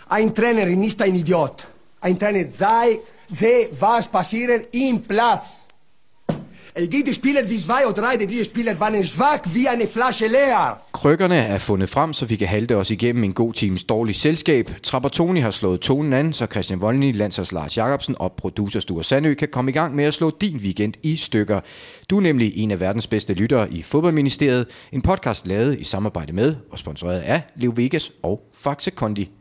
Ein Trainer ist ein Idiot. Ein Trainer sehe, was passiert im Platz. Die Spieler wie 2 og 3, de Spieler waren schwach wie eine Flasche leer. Krykkerne er fundet frem, så vi kan halte os igennem en god times dårlig selskab. Trapattoni har slået tonen an, så Christian Volny, landsholds Lars Jacobsen og producer Sture Sandø kan komme i gang med at slå din weekend i stykker. Du er nemlig en af verdens bedste lyttere i Fodboldministeriet. En podcast lavet i samarbejde med og sponsoreret af Leo Vegas og Faxe Kondi.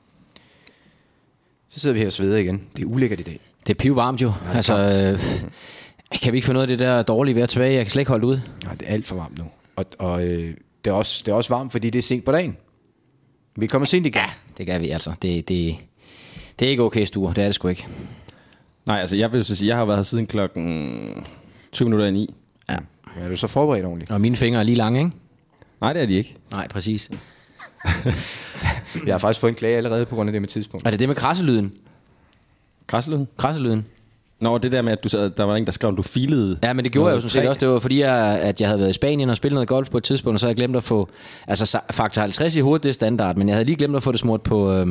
Så sidder vi her og sveder igen. Det er ulækkert i dag. Det er pivvarmt jo. Ja, altså, kan vi ikke få noget af det der dårlige vejr tilbage? Jeg kan slet ikke holde ud. Nej, det er alt for varmt nu. Og det er også varmt, fordi det er sent på dagen. Vi kommer sent igen. Ja, det gør vi altså. Det er ikke okay, Sture. Det er det sgu ikke. Nej, altså jeg vil så sige, jeg har været her siden klokken 7:09. Ja. Er du så forberedt ordentligt? Og mine fingre er lige lange, ikke? Nej, det er de ikke. Nej, præcis. Jeg har faktisk fået en klage allerede på grund af det med tidspunkt. Er det det med krasselyden? Krasselyden? Nå, det der med, at der var en, der skrev, at du filede. Ja, men det gjorde jeg jo sådan set også. Det var fordi, at jeg havde været i Spanien og spillet noget golf på et tidspunkt, og så havde jeg glemt at få... Altså, faktor 50 i hovedet, det er standard, men jeg havde lige glemt at få det smurt på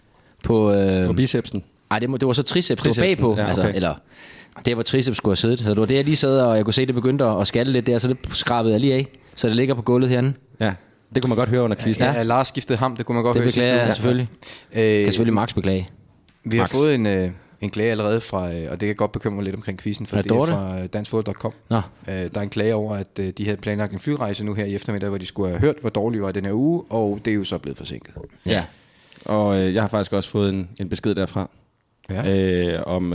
bicepsen? Nej, det var så triceps, det var bagpå. Ja, okay. Altså, eller det hvor triceps skulle have siddet. Så det var det, jeg lige sad, og jeg kunne se, det begyndte at skalle lidt der, så det skrabede jeg lige af. Så det ligger på gulvet herinde. Ja, det kunne man godt høre under quizzen. Ja, Lars skiftede ham, det kunne man godt det høre. Det beklager jeg selvfølgelig. Kan selvfølgelig Max beklage. Vi har fået en klage allerede fra, og det kan godt bekymre lidt omkring quizzen, for det er fra danskfodbold.com. Der er en klage over, at de havde planlagt en flyrejse nu her i eftermiddag, hvor de skulle have hørt, hvor dårlig var den her uge, og det er jo så blevet forsinket. Ja. Og jeg har faktisk også fået en besked derfra, om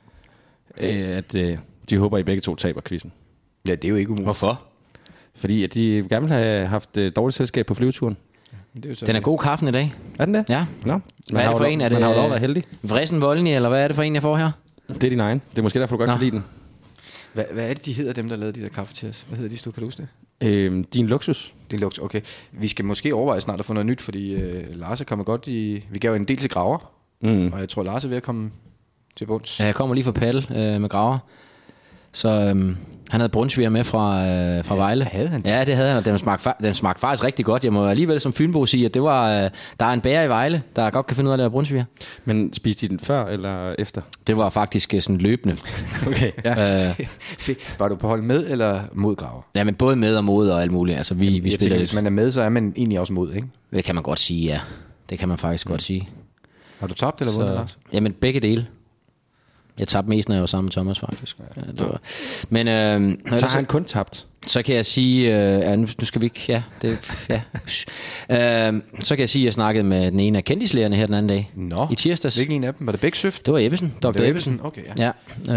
at de håber, I begge to taber quizzen. Ja, det er jo ikke umuligt. Hvorfor? Fordi at de gerne vil have haft dårligt selskab på flyveturen. Den er god kaffen i dag. Er den det? Ja. Nå. Hvad er det for en? Man har jo lov at være heldig. Vresen Volny, eller hvad er det for en, jeg får her? Det er din egen. Det er måske derfor, du godt kan lide den. Hvad er det, de hedder, dem der lavede de der kaffe til os? Hvad hedder de, Stu? Kan du huske det? Din luksus. Din luksus, okay. Vi skal måske overveje snart at få noget nyt, fordi Lars er kommet godt i... Vi gav en del til Graver, og jeg tror, Lars er ved at komme til bunds. Ja, jeg kommer lige fra Paddel med Graver. Så han havde brunsviger med fra Vejle. Havde han? Ja, det havde han, og den smagte faktisk rigtig godt. Jeg må alligevel som Fynbo sige, at det var, der er en bager i Vejle, der godt kan finde ud af at lave brunsviger. Men spiste I den før eller efter? Det var faktisk sådan løbende. Okay, ja. Var du på hold med eller mod Graver? Ja, men både med og mod og alt muligt. Altså, vi spiller tænker, hvis man er med, så er man egentlig også mod, ikke? Det kan man godt sige, ja. Det kan man faktisk godt sige. Har du tabt eller vundet, Lars? Jamen, begge dele. Jeg tabte mest, når jeg var sammen med Thomas, faktisk. Ja, det var. Men så har han kun tabt. Så kan jeg sige, nu skal vi ikke, så kan jeg sige, at jeg snakkede med den ene af kendislægerne her den anden dag. Nå, i tirsdags. Hvilken en af dem? Var det Bæksøft? Det var Ebbesen, Dr. Ebbesen. Okay, ja.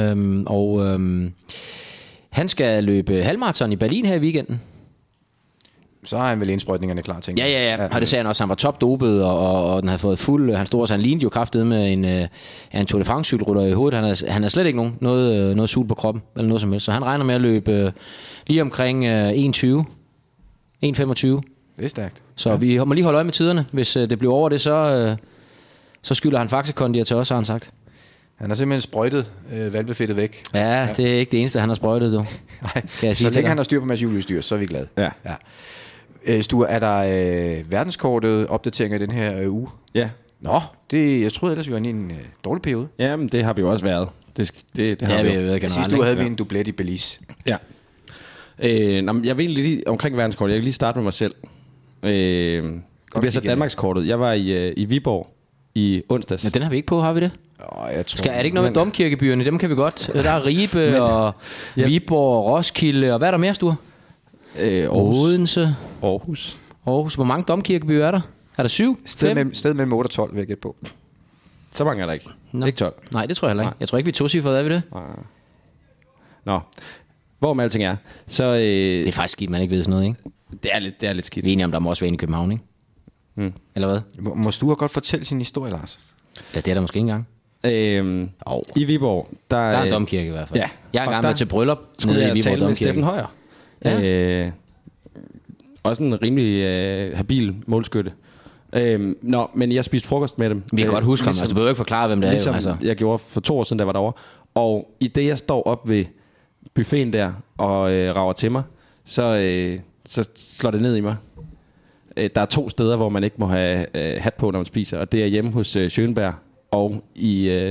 Han skal løbe halvmarathon i Berlin her i weekenden. Så har han vel indsprøjtningerne klar, tænker jeg. Ja. Og det sagde han også, han var topdopet, og den havde fået fuld. Han stod, så han lignede jo kraftedet med en Tour de France cykelrytter i hovedet. Han har slet ikke noget sul på kroppen, eller noget som helst. Så han regner med at løbe lige omkring 1.20. 1.25. Det er stærkt. Så vi må lige holde øje med tiderne. Hvis det bliver over det, så skylder han Faxe Kondi til os, har han sagt. Han har simpelthen sprøjtet valbefedtet væk. Ja, det er ikke det eneste, han har sprøjtet, du. Nej, så længe han har styr på Mads Julius-styr, så er vi glade. Ja. Sture, er der verdenskortet opdateringer i den her uge? Ja. Nå, jeg troede ellers, vi var inde i en dårlig periode. Jamen, det har vi jo også været. Det har vi jo. Sidste uge havde vi en dublet i Belize. Ja. Jeg vil egentlig lige omkring verdenskortet. Jeg vil lige starte med mig selv. Det bliver så Danmarkskortet. Jeg var i Viborg i onsdags. Men den har vi ikke på, har vi det? Jeg tror, er det ikke noget med domkirkebyerne? Dem kan vi godt. Der er Ribe og Viborg og Roskilde. Og hvad er der mere, Sture? Odense. Aarhus. Hvor mange domkirkebyer er der? Er der 7? Sted mellem 8 og 12, vil jeg gætte på. Så mange er der ikke. Ikke 12. Nej, det tror jeg heller ikke. Jeg tror ikke, vi er tocifrede, er vi det? Nå. Hvor med alting er. Så, det er faktisk skidt, man ikke ved sådan noget, ikke? Det er lidt skidt. Vi er enige om, der må også være en i København, ikke? Eller hvad? Må Sture godt fortælle sin historie, Lars? Ja, det er der måske ikke engang. I Viborg der er en domkirke i hvert fald. Ja. Jeg har engang været til bryllup nede i Viborg domkirke med Steffen Højer. Ja. Også en rimelig habil målskytte. Men jeg spiste frokost med dem. Vi kan godt huske ham, altså du behøver ikke forklare, hvem det er. Jo, altså. Jeg gjorde for 2 år siden, da jeg var derovre. Og i det, jeg står op ved buffeten der og rager til mig, så slår det ned i mig. Der er 2 steder, hvor man ikke må have hat på, når man spiser, og det er hjemme hos Schönberg og i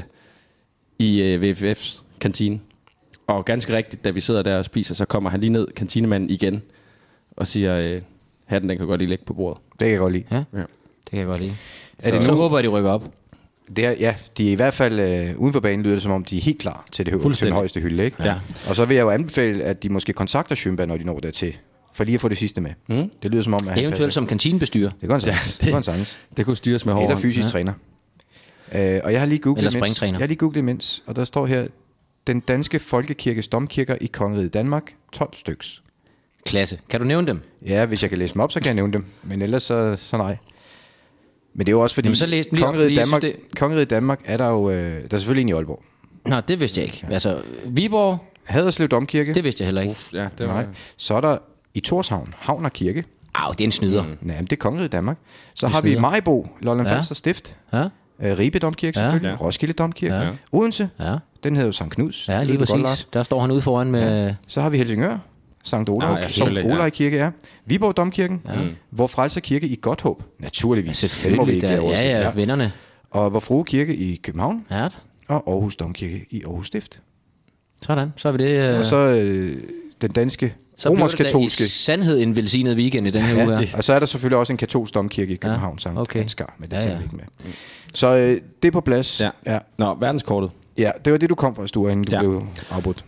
VFF's kantine. Og ganske rigtigt, da vi sidder der og spiser, så kommer han lige ned, kantinemanden igen, og siger, hatten den kan godt lige lægge på bordet. Det kan jeg godt lide. Ja, det kan jeg godt lide. Så håber jeg, de rykker op. Det er, ja, de er i hvert fald uden for banen lyder det som om, de er helt klar til til den højeste hylde. Ikke? Ja. Og så vil jeg jo anbefale, at de måske kontakter Schönberg, når de når dertil. For lige at få det sidste med. Det lyder som om, at eventuelt som kantinebestyrer. Det går en sagtens. Det går en sagtens. Det kunne styres med hårdt. Eller fysisk træner. Og jeg har lige googlet imens, og der står her, den danske folkekirkes domkirker i Kongeriget Danmark, 12 styks. Klasse. Kan du nævne dem? Ja, hvis jeg kan læse dem op, så kan jeg nævne dem. Men ellers så nej. Men det er jo også fordi, jamen, så læs dem lige Kongeriget Danmark er der jo, der er selvfølgelig en i Aalborg. Nå, det vidste jeg ikke. Altså, Viborg. Haderslev Domkirke. Det vidste jeg heller ikke. Ja, det var... Så er der i Torshavn, Havner Kirke. Det er en snyder. Nej, det er Kongeriget Danmark. Så har vi Maribo, Lolland Falster Stift. Ja. Ribe Domkirke selvfølgelig. Ja. Roskilde Domkirke. Ja. Odense. Ja. Den hedder jo Sankt Knuds. Ja, lige præcis. Der står han ude foran med... Ja. Så har vi Helsingør. Sankt Olaj Kirke, ja. Viborg Domkirken. Ja. Vor Frelser Kirke i Godthåb. Naturligvis. Selvfølgelig. Ja, vennerne. Og Vor Frue Kirke i København. Ja. Og Aarhus Domkirke i Aarhus Stift. Sådan, så er vi det... Og så den danske romersk-katolske... Så i sandhed en velsignet weekend i den her uge her. Og så er der selvfølgelig også en katolsk domkirke i København, Sankt Ansgar, men det tæller ikke med. Så det er på plads. Ja. Nå, verdenskortet. Ja, det var det, du kom fra, Sture, inden du blev afbrudt.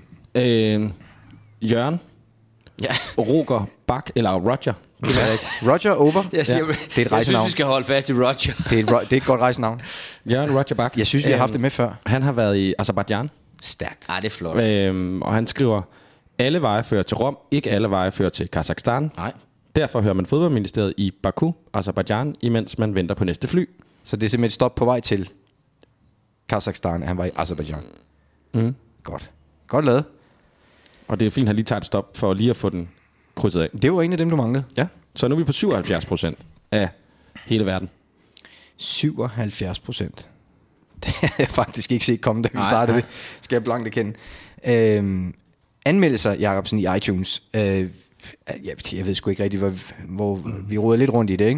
Jørgen. Ja. Roger Bak, eller Roger. Det er ikke. Roger over. Jeg siger, det er et rejsenavn. Jeg synes, vi skal holde fast i Roger. Det er et godt rejsenavn. Jørgen Roger Bak. Jeg synes, vi har haft det med før. Han har været i Aserbajdsjan. Stærkt. Det er flot. Og han skriver, alle veje fører til Rom, ikke alle veje fører til Kazakhstan. Nej. Derfor hører man fodboldministeriet i Baku, Aserbajdsjan, imens man venter på næste fly. Så det er simpelthen et stop på vej til Kazakhstan, at han var i Aserbajdsjan. Godt lavet. Og det er fint, at han lige tager et stop for lige at få den krydset af. Det var en af dem, du manglede. Ja, så nu er vi på 77% af hele verden. 77%. Det har jeg faktisk ikke set komme, da vi startede det. Skal jeg blankt erkende. Anmeldelser, Jacobsen, i iTunes. Jeg ved sgu ikke rigtigt, hvor vi roder lidt rundt i det, ikke?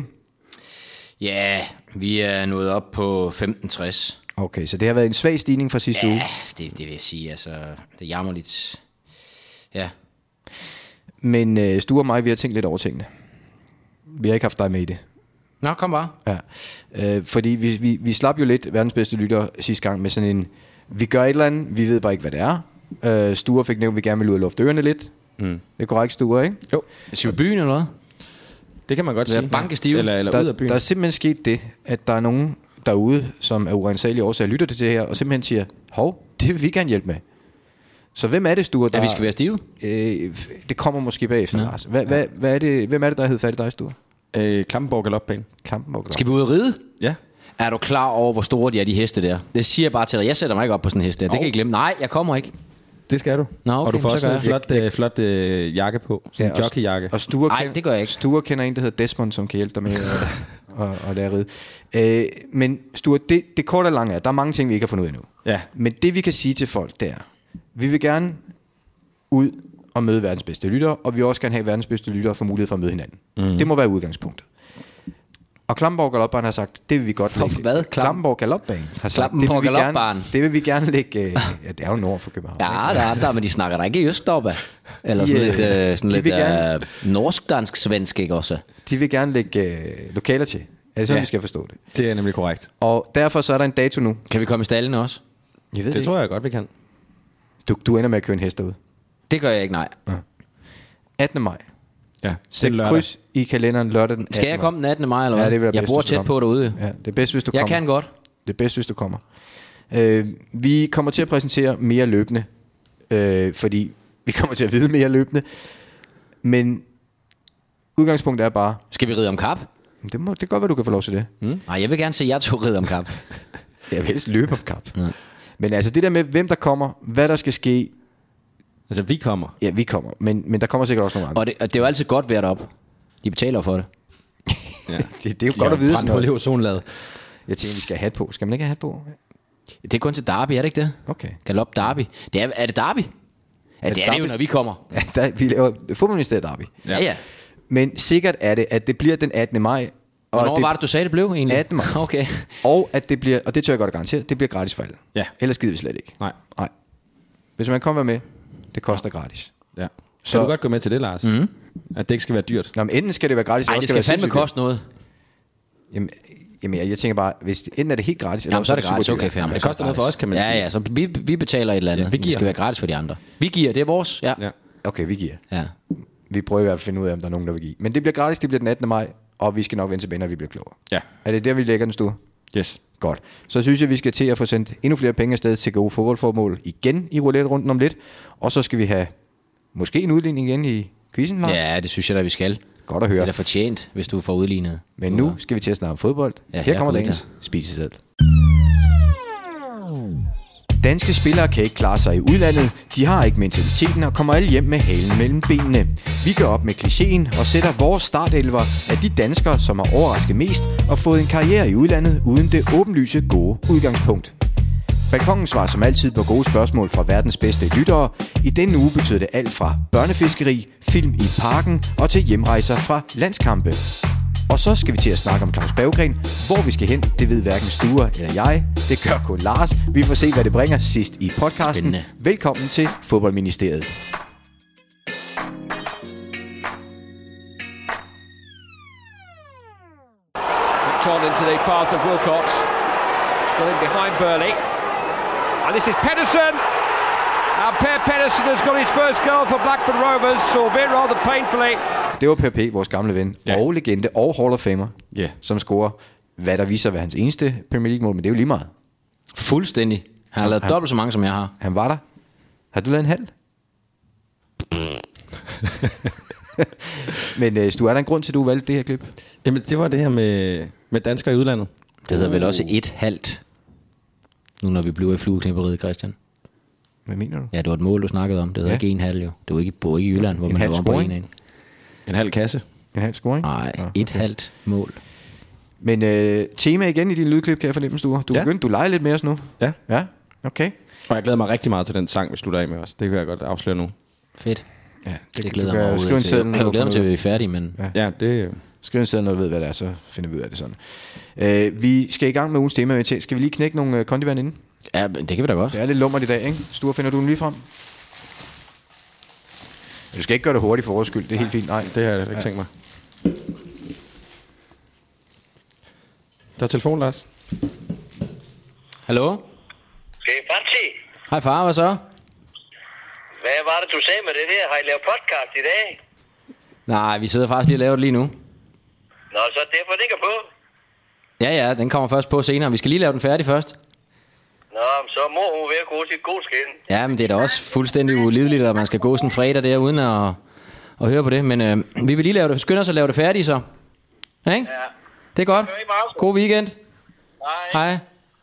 Ja, vi er nået op på 1560. Okay, så det har været en svag stigning fra sidste uge. Ja, det vil jeg sige. Altså, det er jammerligt. Ja. Men Sture og mig, vi har tænkt lidt over tingene. Vi har ikke haft dig med i det. Nå, kom bare. Ja. Fordi vi slap jo lidt verdens bedste lytter sidste gang med sådan en, vi gør et eller andet, vi ved bare ikke, hvad det er. Sture fik nævnt, vi gerne vil ud og lufte ørerne lidt. Det er korrekt, Sture, ikke? Jo. Skal vi byen, eller hvad? Det kan man godt sige. Bankestive. Eller ud af byen. Der er simpelthen sket det, at der er nogen derude, som er urensagelige årsager, lytter til det her, og simpelthen siger, hov, det vil vi gerne hjælpe med. Så hvem er det, Sture, der... Ja, vi skal være stive? Det kommer måske bagefter, Lars. Hvad er det, hvem er det, der hedder fat i dig, Sture? Klampenborg Galopbane. Skal vi ud og ride? Ja. Er du klar over, hvor store de er, de heste der? Det siger jeg bare til dig. Jeg sætter mig ikke op på sådan en hest der. Det kan jeg glemme. Nej, jeg kommer ikke. Det skal du. Nå, okay, og du får også en flot jakke på. Sådan en ja, jockeyjakke. Og Sture Nej, det gør jeg ikke. Sture kender en, der hedder Desmond, som kan hjælpe dig med at lære at ride. Men Sture, det korte og lange er, der er mange ting, vi ikke har fundet ud af nu. Ja. Men det, vi kan sige til folk, det er, vi vil gerne ud og møde verdens bedste lyttere, og vi vil også gerne have verdens bedste lyttere for mulighed for at møde hinanden. Det må være udgangspunktet. Og Klampenborg Galopbane har sagt, det vil vi godt lægge. Hvad? Klampenborg Galopbane har sagt, det vil vi gerne lægge. Ja, det er jo nord for København. Ja, der er der, men de snakker der ikke i øst deroppe. Eller sådan lidt norsk-dansk-svensk, ikke også? De vil gerne lægge lokaler til. Er det sådan, vi skal forstå det? Det er nemlig korrekt. Og derfor så er der en dato nu. Kan vi komme i stallen også? Jeg ved det tror jeg godt, vi kan. Du ender med at køre en hest derude. Det gør jeg ikke, nej. 18. maj. Ja, Sæt kryds i kalenderen lørdag den 18. Skal jeg komme den 18. maj, eller hvad? Ja, det vil jeg bor tæt på derude. Ja, det er bedst, hvis du kommer. Jeg kan godt. Det er bedst, hvis du kommer. Vi kommer til at præsentere mere løbende, fordi vi kommer til at vide mere løbende. Men udgangspunktet er bare... Skal vi ride om kap? Det kan godt være, du kan få lov til det. Nej, jeg vil gerne se jer to ride om kap. Jeg vil helst løbe om kap. Men altså det der med, hvem der kommer, hvad der skal ske... Altså vi kommer. Ja, vi kommer. Men der kommer sikkert også nogle andre. Og det er jo altid godt været op. De betaler for det. Ja. det er jo godt at vide sådan noget. Ozonlaget. Jeg tænker, vi skal have hat på. Skal man ikke have hat på? Det er kun til Derby, er det ikke det? Okay. Galop Derby. Er det Derby? Ja, det er det jo, når vi kommer. Ja, vi laver fodboldministeriet Derby. Ja. Men sikkert er det, at det bliver den 18. maj. Hvornår var det, du sagde, det blev egentlig? 18. maj. Okay. Og at det bliver, og det tør jeg godt garantere, det bliver gratis for alle. Ja. Ellers gider vi slet ikke. Nej. Hvis man kommer med, det koster gratis. Ja. Så du godt gå med til det, Lars? Mm. At det ikke skal være dyrt? Nå, men enten skal det være gratis, Nej, eller det skal være fandme koste noget. Jamen, jeg tænker bare, hvis enten er det helt gratis, Jamen, så er det gratis. Okay, fair. Det koster noget for os, kan man sige. Ja, så vi betaler et eller andet. Det skal være gratis for de andre. Vi giver, det er vores. Ja. Okay, vi giver. Ja. Vi prøver i hvert fald at finde ud af, om der er nogen, der vil give. Men det bliver gratis, det bliver den 18. maj, og vi skal nok vende tilbage, når vi bliver klogere. Ja. Er det der, vi lægger den stue? Yes. Godt. Så synes jeg, vi skal til at få sendt endnu flere penge afsted til gode fodboldformål igen i roulette-runden om lidt. Og så skal vi have måske en udligning igen i quizzen, Lars. Ja, det synes jeg da, vi skal. Godt at høre. Det er da fortjent, hvis du får udlignet. Men nu skal vi til at snakke om fodbold. Ja, her kommer dagens spiseseddel. Danske spillere kan ikke klare sig i udlandet. De har ikke mentaliteten og kommer alle hjem med halen mellem benene. Vi gør op med klichéen og sætter vores startelver af de danskere, som har overrasket mest og fået en karriere i udlandet uden det åbenlyse gode udgangspunkt. Balkongen svarer som altid på gode spørgsmål fra verdens bedste lyttere. I denne uge betød det alt fra børnefiskeri, film i parken og til hjemrejser fra landskampe. Og så skal vi til at snakke om Claus Berggren. Hvor vi skal hen, det ved hverken Sture eller jeg. Det gør kun Lars. Vi får se, hvad det bringer sidst i podcasten. Spændende. Velkommen til Fodboldministeriet. On into the path of Wilcox. It's got in behind Burley. And this is Pedersen. Now Per Pedersen has got his first goal for Blackburn Rovers, albeit rather painfully. Det var Per P., vores gamle ven, og legende og Hall of Famer, som scorer, hvad der viser at være hans eneste Premier League-mål, men det er jo lige meget. Fuldstændig. Han har lavet dobbelt så mange, som jeg har. Han var der. Har du lavet en halv? Men Stu, er der en grund til, at du valgte det her klip? Jamen, det var det her med danskere i udlandet. Det hedder vel også et halvt, nu når vi bliver i flueknipperiet, Christian. Hvad mener du? Ja, det var et mål, du snakkede om. Det hedder ikke en halv, jo. Det var ikke på i Jylland, hvor man var på en. En halv kasse. En halv scoring? Nej, et halvt mål. Men tema igen i din lydklip, kan jeg fornemme, Sture. Du begyndte, du leger lidt med os nu. Ja. Ja, okay. Og jeg glæder mig rigtig meget til den sang, vi slutter af med os. Det kan jeg godt afsløre nu. Fedt. Ja, det glæder mig overhovedet til. Jeg glæder mig til, at vi er færdige, men... Ja, det... Skriv en seddel, når du ved, hvad det er, så finder vi ud af det sådan. Vi skal i gang med ugens tema. Skal vi lige knække nogle kondivand inden? Ja, det kan vi da godt. Det er lidt lummert i dag, ikke? Sture, finder du den lige frem? Du skal ikke gøre det hurtigt for vores skyld. Det er helt fint. Nej, det har jeg ikke tænkt mig. Der er telefon, Lars. Hallo? Hey, Fancy. Hej far, hvad så? Hvad var det, du sagde med det der? Har I lavet podcast i dag? Nej, vi sidder faktisk lige og laver det lige nu. Nå, så derfor den ikke på. Ja, den kommer først på senere. Vi skal lige lave den færdig først. Nå, så må hun være god til god skin. Ja, men det er da også fuldstændig ulideligt, at man skal gå sådan en fredag der, uden at høre på det. Men vi vil lige lave det. Skynd os at lave det færdigt, så. Ja, ikke? Ja. Det er godt. God weekend. Hej.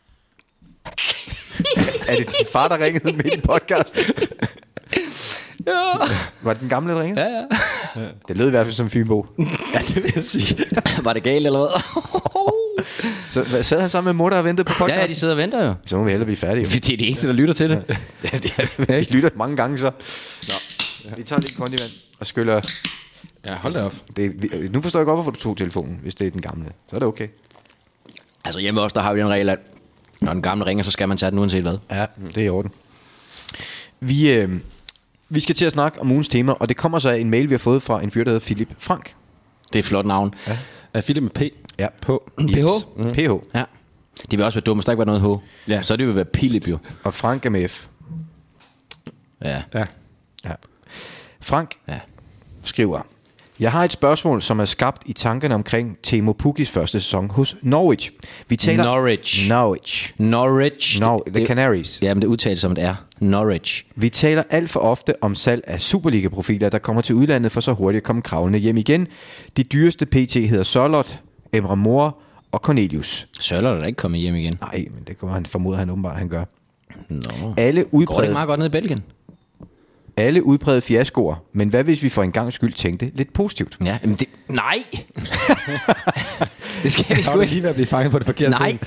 Er det din far, der ringede med i podcast? Ja. Var det den gamle, der ringede? Ja. Det lød i hvert fald som Fynbo. Ja, det vil jeg sige. Var det galt eller hvad? Så sad han sammen med mutter og ventede på podcast? Ja, de sidder og venter jo. Så må vi hellere blive færdige. Det er de eneste, der lytter til det. Ja, de lytter mange gange så. Nå, vi tager lidt kondivand og skyller. Ja, hold da op. Nu forstår jeg godt, hvorfor du tog telefonen, hvis det er den gamle. Så er det okay. Altså hjemme også, der har vi den regel, at når den gamle ringer, så skal man tage den uanset hvad. Ja, det er i orden. Vi skal til at snakke om ugens tema, og det kommer så af en mail, vi har fået fra en fyr, der hedder Philip Frank. Det er et flot navn. Ja. Philip med P. Ja. PH? PH. Ja. Det vil også være dumt, hvis der ikke var noget H. Ja. Så det vil være Philip jo. Og Frank er med F. Ja. Frank skriver: Jeg har et spørgsmål, som er skabt i tankerne omkring Teemu Pukkis første sæson hos Norwich. Vi taler Norwich. The Canaries. Ja, men det udtales som det er. Norwich. Vi taler alt for ofte om salg af Superliga-profiler, der kommer til udlandet for så hurtigt at komme kravlende hjem igen. De dyreste PT hedder Sørloth, Emre Mor og Cornelius. Sørloth er da ikke kommet hjem igen. Nej, men det kommer han formoder han åbenbart, han gør. Nå. Alle Går det ikke udpræget, meget godt ned i Belgien? alle udpræget fiaskoer, men hvad hvis vi for en gang skyld tænkte lidt positivt? Ja, men det... Nej! Det skal vi sgu ikke. lige ved at blive fanget på det forkerte. Nej,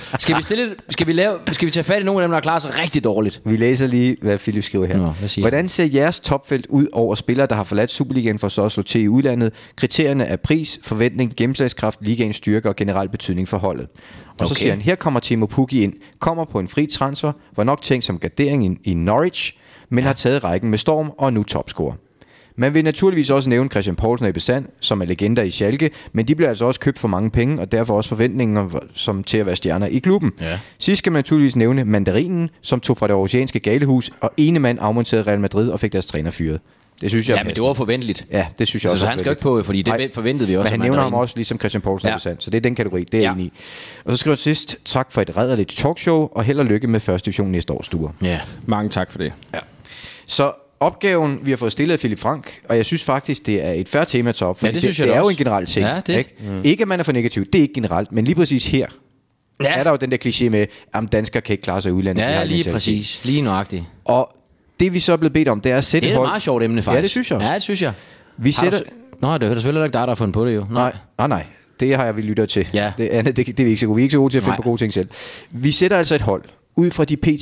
skal vi tage fat i nogle af dem, der klarer sig rigtig dårligt? Vi læser lige, hvad Philip skriver her. Nå, hvad siger Hvordan ser jeres topfelt ud over spillere, der har forladt Superligaen for så at slå til i udlandet? Kriterierne er pris, forventning, gennemslagskraft, ligaens styrke og generel betydning for holdet. Og så siger han, her kommer Teemu Pukki ind, kommer på en fri transfer, var nok tænkt som gardering i Norwich, men har taget rækken med storm og er nu topscorer. Man vil naturligvis også nævne Christian Poulsen og Ebbe Sand, som er legender i Schalke, men de bliver altså også købt for mange penge, og derfor også forventninger som til at være stjerner i klubben. Ja. Sidst skal man naturligvis nævne Mandarinen, som tog fra det oceanske galehus, og ene mand afmonterede Real Madrid og fik deres træner fyret. Det synes jeg. Ja, men det var forventeligt. Ja, det synes jeg også. Så han skal ikke på, fordi det forventede vi også. Men han nævner ham også ligesom Christian Poulsen og Ebbe Sand, så det er den kategori, det er jeg enig i. Og så skriver jeg sidst, tak for et rædderligt talkshow, og held og lykke med første division næste år, Sture. Ja, mange tak for det. Ja. Så opgaven, vi har fået stillet af Philip Frank, og jeg synes faktisk, det er et fair tema at tage op, fordi det synes jeg det er også. jo en generel ting. Ja, det. Ikke? Ikke at man er for negativ, det er ikke generelt, men lige præcis her, er der jo den der kliché med, at danskere kan ikke klare sig i udlandet. Ja, lige præcis. Lige nøjagtigt. Og det vi så er blevet bedt om, det er at sætte det er et meget sjovt emne, faktisk. Ja, det synes jeg også. Ja, det synes jeg. Vi sætter... Nå, det er selvfølgelig ikke dig, der har fundet på det jo. Nej. Det har vi lyttet til. Ja. Det andet, det er vi ikke så gode. Vi er ikke så gode til at finde på gode ting selv. Vi sætter altså et hold ud fra de pt.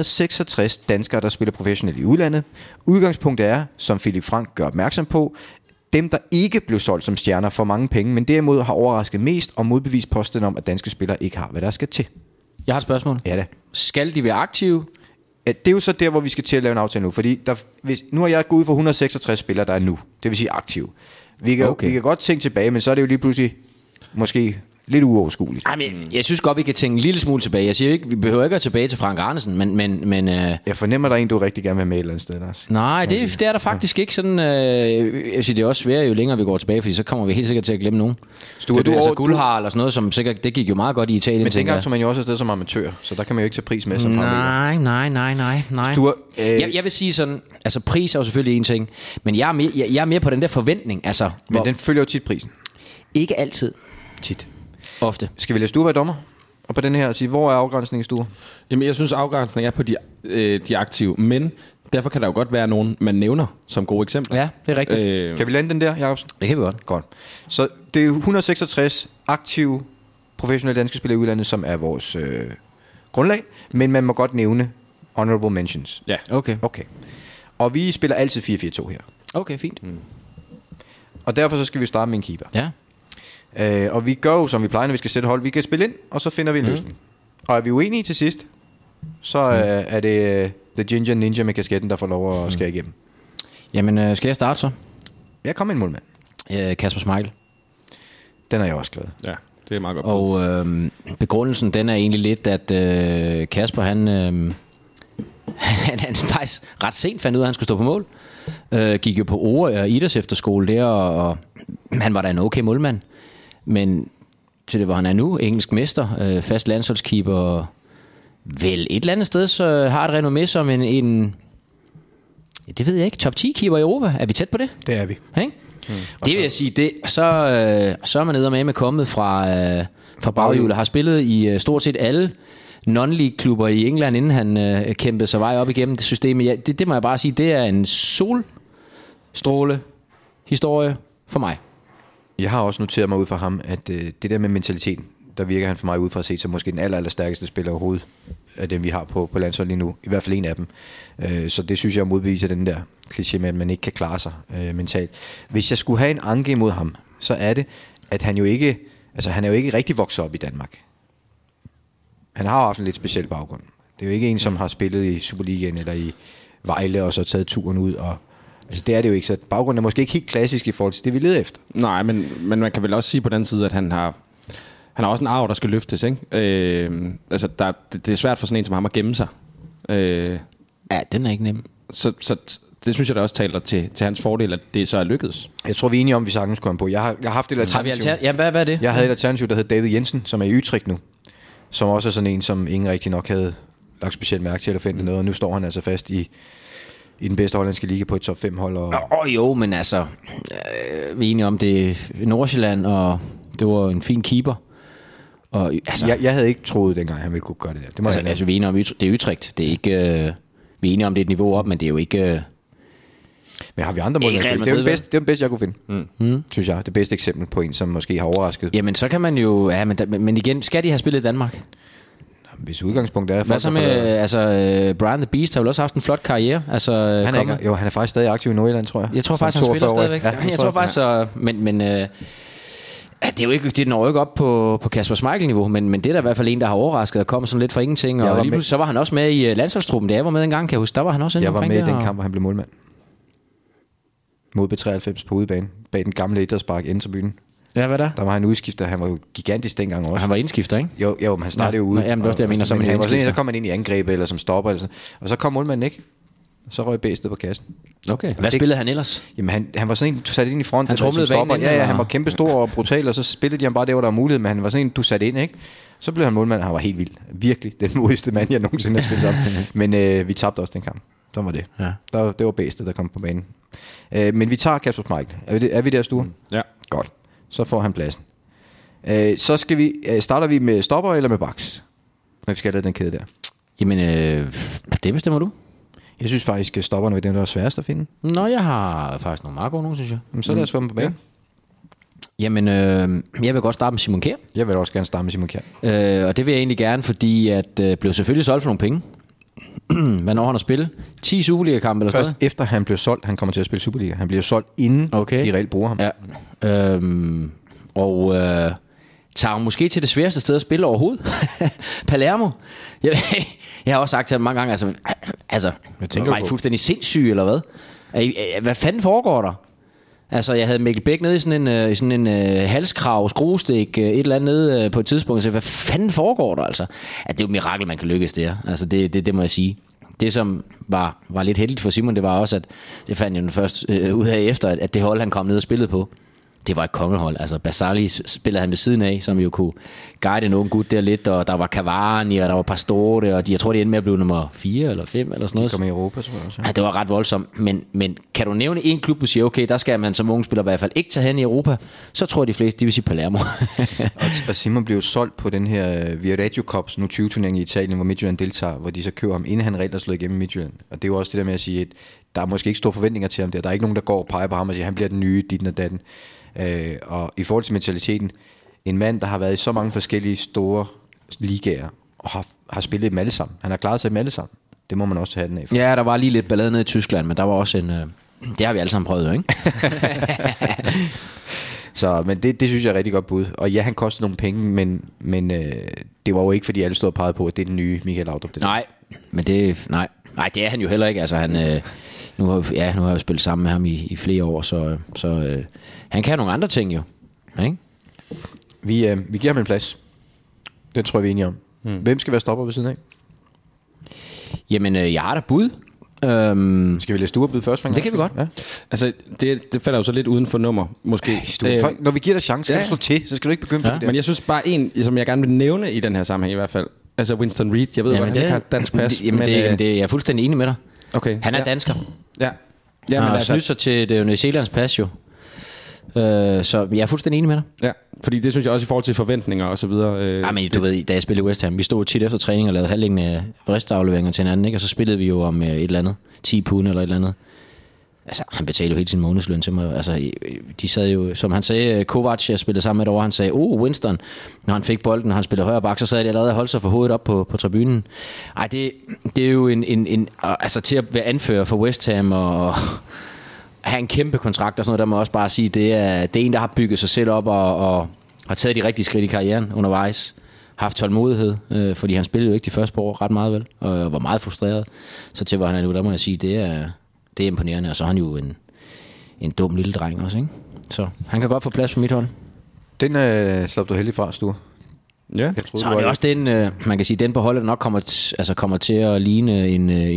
166 danskere, der spiller professionelt i udlandet. Udgangspunktet er, som Philip Frank gør opmærksom på, dem, der ikke blev solgt som stjerner for mange penge, men derimod har overrasket mest og modbevist påstanden om, at danske spillere ikke har, hvad der skal til. Jeg har et spørgsmål. Ja da. Skal de være aktive? Ja, det er jo så der, hvor vi skal til at lave en aftale nu, fordi nu har jeg gået ud for 166 spillere, der er nu. Det vil sige aktive. Vi kan godt tænke tilbage, men så er det jo lige pludselig måske lidt uoverskueligt. Jeg synes godt, vi kan tænke en lille smule tilbage. Jeg siger ikke, vi behøver ikke at tilbage til Frank Arnesen, men jeg fornemmer, der er en, du rigtig gerne vil med et eller andet sted. Også. Nej, det er der faktisk ikke sådan... jeg siger, det er også svært, jo længere vi går tilbage, fordi så kommer vi helt sikkert til at glemme nogen. Altså Guldhar eller sådan noget, som sikkert, det gik jo meget godt i Italien. Men dengang tog man jo også afsted som amatør, så der kan man jo ikke tage pris med som fremlægger. Nej. Sture, jeg vil sige sådan, altså pris er jo selvfølgelig en ting, men jeg er mere på den der forventning. Altså, men den følger jo tit prisen. Ikke altid. Tit. Ofte. Skal vi lade Sture være dommer? Og på den her sige, hvor er afgrænsningen, Sture? Jamen, jeg synes, afgrænsningen er på de aktive, men derfor kan der jo godt være nogen, man nævner som gode eksempler. Ja, det er rigtigt. Kan vi lande den der, Jacobsen? Det kan vi godt. Så det er 166 aktive professionelle danske spillere i udlandet, som er vores grundlag, men man må godt nævne honorable mentions. Ja. Okay. Og vi spiller altid 4-4-2 her. Okay, fint. Og derfor så skal vi starte med en keeper. Ja. Og vi gør jo, som vi plejer, når vi skal sætte hold. Vi kan spille ind, og så finder vi en løsning. Og er vi uenige til sidst, så er det The Ginger Ninja med kasketten, der får lov at skære igennem. Jamen, skal jeg starte så? Jeg kommer en målmand. Kasper Schmeichel. Den har jeg også skrevet. Ja, det er meget godt. Og begrundelsen, den er egentlig lidt, at Kasper, han faktisk ret sent fandt ud af, at han skulle stå på mål. Gik jo på Ore og Idræts efterskole der, og han var da en okay målmand. Men til det, hvor han er nu, engelsk mester, fast landsholdskeeper, vel et eller andet sted, så har et renommé som en det ved jeg ikke, top 10 keeper i Europa. Er vi tæt på det? Det er vi. Det vil jeg sige, så er man eddermame kommet fra baghjulet, har spillet i stort set alle non-league-klubber i England, inden han kæmpede sig vej op igennem det system. Det må jeg bare sige, det er en solstråle historie for mig. Jeg har også noteret mig ud fra ham, at det der med mentaliteten, der virker han for mig ud fra at se som måske den aller stærkeste spiller overhovedet af dem, vi har på landsholdet lige nu. I hvert fald en af dem. Så det synes jeg modbeviser den der kliché med, at man ikke kan klare sig mentalt. Hvis jeg skulle have en anke imod ham, så er det, at han er jo ikke rigtig vokset op i Danmark. Han har jo haft en lidt speciel baggrund. Det er jo ikke en, som har spillet i Superligaen eller i Vejle og så taget turen ud. Og, altså det er det jo ikke. Så baggrunden er måske ikke helt klassisk i forhold til det, vi leder efter. Nej, men man kan vel også sige på den side, at han har også en arv, der skal løftes, ikke? Altså, det er svært for sådan en som ham at gemme sig. Ja, den er ikke nem. Så det synes jeg da også taler til hans fordel, at det så er lykkedes. Jeg tror, vi er enige om, vi sagtens kunne på. Jeg har haft et alternativ. Ja, hvad er det? Jeg havde et alternativ, der hed David Jensen, som er i Utrecht nu. Som også er sådan en, som ingen rigtig nok havde lagt specielt mærke til at finde noget. Og nu står han altså fast i den bedste hollandske liga på et top 5 hold. Jo, men altså, vi er enige om det Nordsjælland, og det var en fin keeper. Og, altså, jeg havde ikke troet dengang, han ville kunne gøre det der. Det må vi er enige om, det er Utrecht. Det er ikke, vi er enige om, det er et niveau op, men det er jo ikke... Men har vi andre målmandspillere? Det er det bedste, jeg kunne finde. Synes jeg. Det bedste eksempel på en, som måske har overrasket. Jamen, så kan man jo... Ja, men igen, skal de have spillet i Danmark? Hvis udgangspunktet er... Hvad så med... Brian the Beast har jo også haft en flot karriere. Altså, han er faktisk stadig aktiv i Nordjylland, tror jeg. Jeg tror faktisk, han spiller stadigvæk. Ja, jeg tror faktisk... Men det er jo ikke, det når jo ikke op på Kasper Schmeichel-niveau, men det er da i hvert fald en, der har overrasket og kommet sådan lidt fra ingenting. Og lige pludselig så var han også med i landsholdstruppen. Da jeg var med en gang, kan jeg huske, der var han også inde omkring. Jeg var med i den kamp, hvor han blev målmand. Mod B93 på udebane, bag den gamle idrætspark Indrebyen. Ja, hvad der? Der var han udskifter. Han var jo gigantisk dengang også. Han var indskifter, ikke? Jo, men han startede jo ude. Jamen, det er også det, jeg mener. Så kom han ind i angreb eller som stopper. Eller og så kom målmanden ikke. Så røg bæstet på kassen. Okay. Hvad spillede han ellers? Jamen, han var sådan en, du satte ind i front. Han trumlede banen. Ja, han var kæmpe stor og brutal, og så spillede de ham bare der, hvor der var mulighed. Men han var sådan en, du satte ind, ikke? Så blev han målmand, og han var helt vild. Virkelig den modigste mand, jeg nogensinde har spillet sammen. Men vi tabte også den kamp. Så var det. Ja. Det var bæstet, der kom på banen. Men vi tager Kasper Schmeichel. Er vi der, Sture? Ja. Godt. Så får han pladsen. Så skal vi, starter vi med stopper eller med backs? Når vi skal have den kæde der. Jamen, det bestemmer du. Jeg synes faktisk, at stopperne er dem, der er sværest at finde. Nå, jeg har faktisk nogle meget gode nogen, synes jeg. Jamen, så lad os få dem på banen. Jamen, jeg vil godt starte med Simon Kjær. Jeg vil også gerne starte med Simon Kjær. Og det vil jeg egentlig gerne, fordi at blev selvfølgelig solgt for nogle penge. Hvad når han at spille? 10 Superliga-kampe eller sådan noget? Først efter han blev solgt, han kommer til at spille Superliga. Han bliver solgt inden de reelt bruger ham. Ja. Tager hun måske til det sværeste sted at spille overhovedet. Palermo. Jeg har også sagt til ham mange gange, altså var I fuldstændig sindssyg, eller hvad? Hvad fanden foregår der? Altså, jeg havde Mikkel Bæk nede i sådan en halskrav, skruestik, et eller andet nede på et tidspunkt, så hvad fanden foregår der, altså? Det er jo et mirakel, man kan lykkes der. Altså, det må jeg sige. Det, som var lidt heldigt for Simon, det var også, at det fandt jeg først ud af efter, at det hold, han kom ned og spillede på, det var et kongehold. Altså Basali spillede han ved siden af, som jo kunne guide en ung gut der lidt, og der var Cavani, og der var Pastore, og jeg tror, de endte med at blive nummer 4 eller 5 eller sådan noget. De kom i Europa, tror jeg også. Ja, det var ret voldsomt. Men kan du nævne en klub, du siger, okay, der skal man som unge spiller i hvert fald ikke tage hen i Europa, så tror jeg, de fleste, de vil sige Palermo. Og Simon blev solgt på den her Viareggio Cups, nu 20-turnering i Italien, hvor Midtjylland deltager, hvor de så køber ham, inden han reelt har slået igennem i Midtjylland. Og det er jo også det der med at sige, at der er måske ikke store forventninger til ham der. Der er ikke nogen, der går og peger på ham og siger, han bliver den nye, dit og datten. Og i forhold til mentaliteten, en mand, der har været i så mange forskellige store ligaer, og har spillet dem alle sammen. Han har klaret sig dem alle sammen. Det må man også have den af. Ja, der var lige lidt ballade nede i Tyskland, men der var også en... det har vi alle sammen prøvet, ikke? Så, men det synes jeg er rigtig godt bud. Og ja, han kostede nogle penge, men det var jo ikke, fordi alle stod og pegede på, at det er den nye Michael Laudrup. Nej, men nej, det er han jo heller ikke. Altså, han... Nu har jeg jo spillet sammen med ham i flere år, så han kan nogle andre ting jo. Ikke? Vi giver ham en plads. Det tror jeg, vi er enige om. Hvem skal være stopper ved siden af? Jamen, jeg har da bud. Skal vi læse stuerbud først? Det kan vi godt. Ja. Altså, det falder jo så lidt uden for nummer, måske. Når vi giver dig chance, skal du slå til, så skal du ikke begynde på det der. Men jeg synes bare en, som jeg gerne vil nævne i den her sammenhæng i hvert fald. Altså Winston Reid, jeg ved godt, han ikke har dansk pas. Jeg er fuldstændig enig med dig. Okay. Han er dansker. Ja. Han har snydt sig til det New Zealands pas jo. Så jeg er fuldstændig enig med dig. Ja, fordi det synes jeg også i forhold til forventninger og så videre. Men du ved, da jeg spillede i West Ham, vi stod tit efter træning og lavede halvdelen af restafleveringer til hinanden, ikke? Og så spillede vi jo om et eller andet 10 pund eller et eller andet. Altså, han betalte jo hele sin månedsløn til mig. Altså, de sad jo, som han sagde, Kovac, jeg spillede sammen med et år, han sagde, Winston, når han fik bolden, når han spillede højre bak, så sad de allerede og holdt sig for hovedet op på tribunen. Ej, det er jo altså til at være anfører for West Ham og have en kæmpe kontrakt og sådan noget, der må også bare sige, det er en, der har bygget sig selv op og har taget de rigtige skridt i karrieren undervejs. Haft tålmodighed, fordi han spillede jo ikke de første par år ret meget vel, og var meget frustreret. Så til hvor han er nu, der må jeg sige, det er imponerende, og så er han jo en dum lille dreng også, ikke? Så han kan godt få plads på mit hold. Den slap du heldig fra, Sture. Ja. Så er det også den, man kan sige, den på holdet nok kommer til at ligne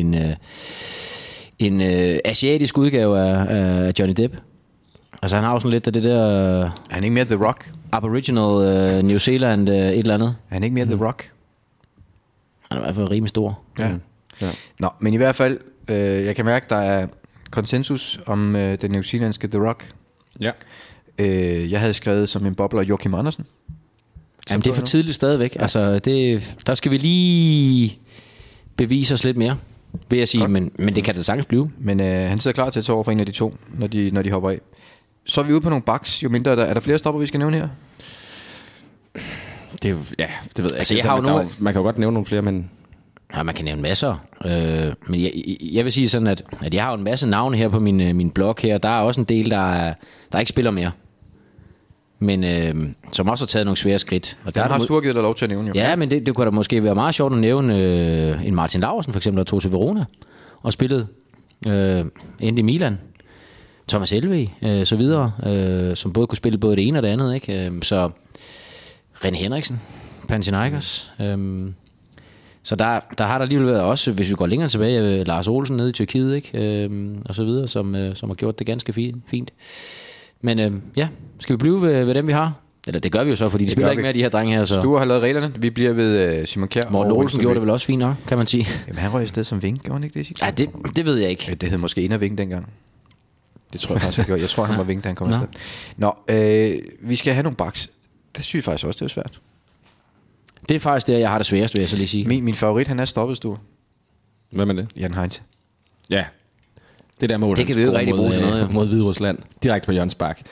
en asiatisk udgave af Johnny Depp. Altså han har jo sådan lidt af det der... Er han ikke mere The Rock? Aboriginal New Zealand et eller andet. Er han ikke mere The Rock? Han er i hvert fald rimelig stor. Ja. Nå, men i hvert fald, jeg kan mærke, der er konsensus om den newzealandske The Rock. Ja. Jeg havde skrevet som en bobler Joachim Andersen. Jamen det er for tidligt stadigvæk. Ja. Altså der skal vi lige bevise os lidt mere. vil jeg sige, men det kan det sagtens blive. Men han sidder klar til at tage over for en af de to, når de hopper af. Så er vi ude på nogle backs. Jo mindre er der flere stopper, vi skal nævne her? Det er jo, ja, det ved jeg Altså, ikke. jeg har jo nogle... Man kan jo godt nævne nogle flere, men... Ja, man kan nævne masser. Men jeg vil sige sådan, at jeg har jo en masse navne her på min blog her. Der er også en del, der ikke spiller mere. Men som også har taget nogle svære skridt. Og der har du givet dig lov til at nævne, jo. Ja, men det kunne da måske være meget sjovt at nævne en Martin Laursen, for eksempel, der tog til Verona og spillede. Endte i Milan. Thomas Elvig, så videre. Som både kunne spille både det ene og det andet, ikke? Så René Henriksen, Panathinaikos. Så der har der alligevel været også, hvis vi går længere tilbage, Lars Olsen nede i Tyrkiet, ikke? Og så videre, som har gjort det ganske fint. Men ja, skal vi blive ved dem, vi har? Eller det gør vi jo så, fordi de spiller ikke mere, de her drenge her. Så. Stuer har lavet reglerne. Vi bliver ved Simon Kjær. Morten Olsen gjorde det vel også fint nok, kan man sige. Jamen, han røg i stedet som vink, gjorde han ikke det? Ja, det ved jeg ikke. Det hed måske en af vink dengang. Det tror jeg faktisk, han gjorde. Jeg tror, han var vink, da han kom afsted. Nå, vi skal have nogle backs. Det synes jeg faktisk også, det er svært. Det er faktisk det, jeg har det sværest, vil jeg så lige sige. Min favorit, han er stoppet, Stuer. Hvad med det? Jan Heinz. Ja. Det der mål, det kan vi jo rigtig bruge til noget. Mod Hviderusland. Direkte på Jørgens Bak.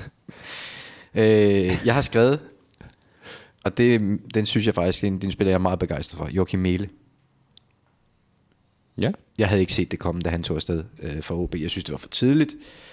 Jeg har skrevet, og den synes jeg faktisk, den spiller jeg er meget begejstret for. Joachim Mæhle. Ja. Jeg havde ikke set det komme, da han tog afsted for OB. Jeg synes, det var for tidligt.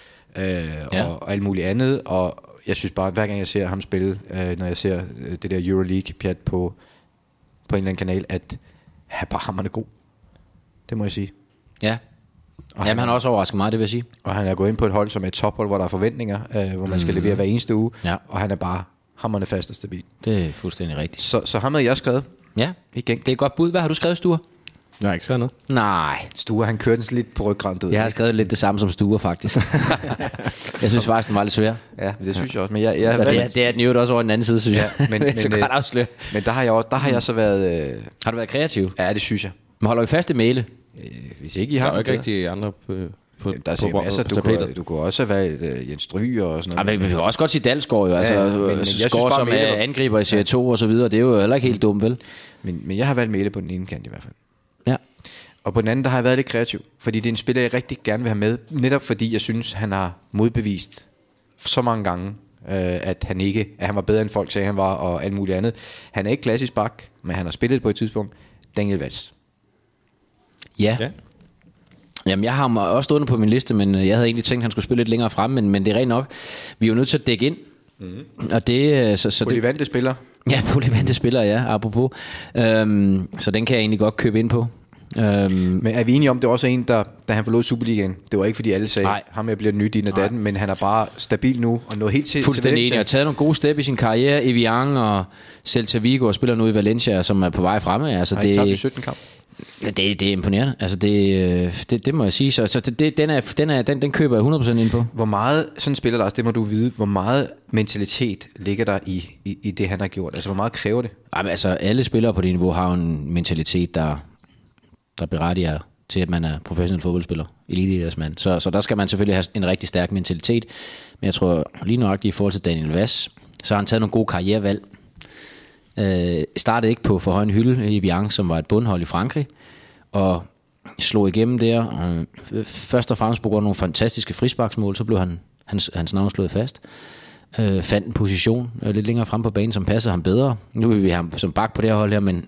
Og alt muligt andet. Og jeg synes bare, hver gang jeg ser ham spille, når jeg ser det der Euroleague-pjat på en eller anden kanal, at han bare hamrende god. Det må jeg sige. Ja. Jamen, han har også overrasket mig, det vil jeg sige. Og han er gået ind på et hold, som er et tophold, hvor der er forventninger, hvor man skal levere hver eneste uge. Ja. Og han er bare hamrende fast og stabil. Det er fuldstændig rigtigt. Så ham havde jeg skrevet. Ja, igen. Det er et godt bud. Hvad har du skrevet, Stuer? Jeg har ikke skrevet noget. Nej. Stuer, han kørte den lidt på ryggraden. Jeg har skrevet lidt det samme som Stuer, faktisk. Jeg synes faktisk, den var lidt svær. Ja, det synes jeg også. Men det er den jo også over den anden side, synes jeg. Men, så godt afsløre. Men der har jeg så været... Har du været kreativ? Ja, det synes jeg. Men holder vi fast i Mæhle? Hvis ikke I har... Der er jo ikke rigtig andre på der er masser. Du kunne også have valgt Jens Stryger og sådan noget. Ja, men vi kan også godt sige Dalsgaard jo. Altså, men Skår, som er angriber i Serie 2 og så videre. Det er jo heller ikke helt dumt, vel? Men jeg har valgt Mæhle på den ene kant i hvert fald. Ja. Og på den anden, der har jeg været lidt kreativ. Fordi det er en spiller, jeg rigtig gerne vil have med. Netop fordi jeg synes, han har modbevist så mange gange, at han var bedre end folk sagde, han var, og alt muligt andet. Han er ikke klassisk bak, men han har spillet på et tidspunkt. Daniel Vaz. Ja. Jamen, jeg har ham også stået på min liste, men jeg havde egentlig tænkt, at han skulle spille lidt længere frem, men det er rent nok. Vi er jo nødt til at dække ind. Og det... Polyvante spiller. Ja, polyvante spiller, ja, apropos. Så den kan jeg egentlig godt købe ind på. Men er vi enige om, det var også en, da han forlod Superligaen? Det var ikke, fordi alle sagde, ham jeg bliver nyt i den datten, men han er bare stabil nu, og noget helt til fuldstændig enig. Han har taget nogle gode step i sin karriere. Evian og Celta Vigo og spiller nu i Valencia, som er på vej fremme. Altså, det tabt i 17 kamp. Ja, det er imponerende. Altså det må jeg sige. Så den køber jeg 100% ind på. Hvor meget, sådan spiller Lars, det må du vide, hvor meget mentalitet ligger der i det, han har gjort? Altså, hvor meget kræver det? Jamen, altså, alle spillere på det niveau har en mentalitet, der berettiger til, at man er professionel fodboldspiller, eliteidrætsmand. Så der skal man selvfølgelig have en rigtig stærk mentalitet. Men jeg tror lige nøjagtigt i forhold til Daniel Vaz, så har han taget nogle gode karrierevalg. Startede ikke på for høj en hylde i Evian, som var et bundhold i Frankrig, og slog igennem der. Først og fremmest på grund af nogle fantastiske frisparksmål, så blev hans navn slået fast. Fandt en position lidt længere frem på banen, som passede ham bedre. Nu vil vi have ham som bak på det her hold her, men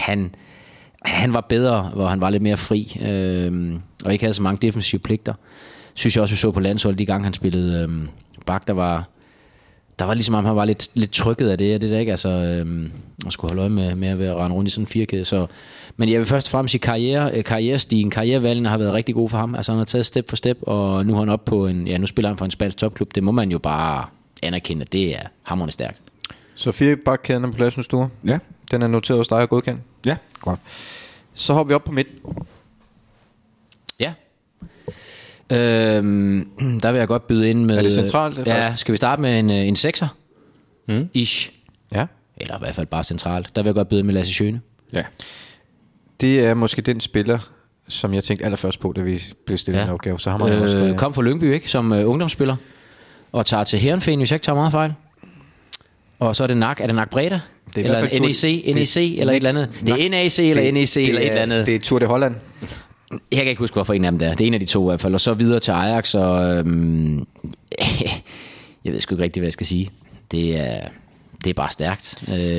han var bedre, hvor han var lidt mere fri, og ikke havde så mange defensive pligter. Synes jeg også, vi så på landsholdet de gange, han spillede bak, der var ligesom om han var lidt trykket af det der, ikke? Altså, at skulle holde øje med at være rende rundt i sådan en firkæde. Så, men jeg vil først og fremmest sige, karrierestigen, karrierevalgene har været rigtig gode for ham. Altså, han har taget step for step, og nu er han op på nu spiller han for en spansk topklub. Det må man jo bare anerkende, at det er hamrende stærkt. Så 4 bakkæden på pladsen store. Ja. Den er noteret hos dig og godkendt. Ja. Godt. Så hopper vi op på midten. Ja. Der vil jeg godt byde ind med... Er det centralt? Ja, skal vi starte med en 6'er? Ish. Ja. Eller i hvert fald bare centralt. Der vil jeg godt byde ind med Lasse Schöne. Ja. Det er måske den spiller, som jeg tænkte allerførst på, da vi blev stillet en opgave. Så har man også, kom fra Lyngby, ikke? Som ungdomsspiller. Og tager til Heerenveen, hvis jeg ikke tager meget fejl. Og så er det NAC Breda? Eller NEC eller et eller andet. Det er NAC eller NEC eller et eller andet. Det er Tour de Holland. Jeg kan ikke huske, hvorfor en af dem der. Det er en af de to i hvert fald. Og så videre til Ajax, og jeg ved sgu ikke rigtig, hvad jeg skal sige. Det er bare stærkt.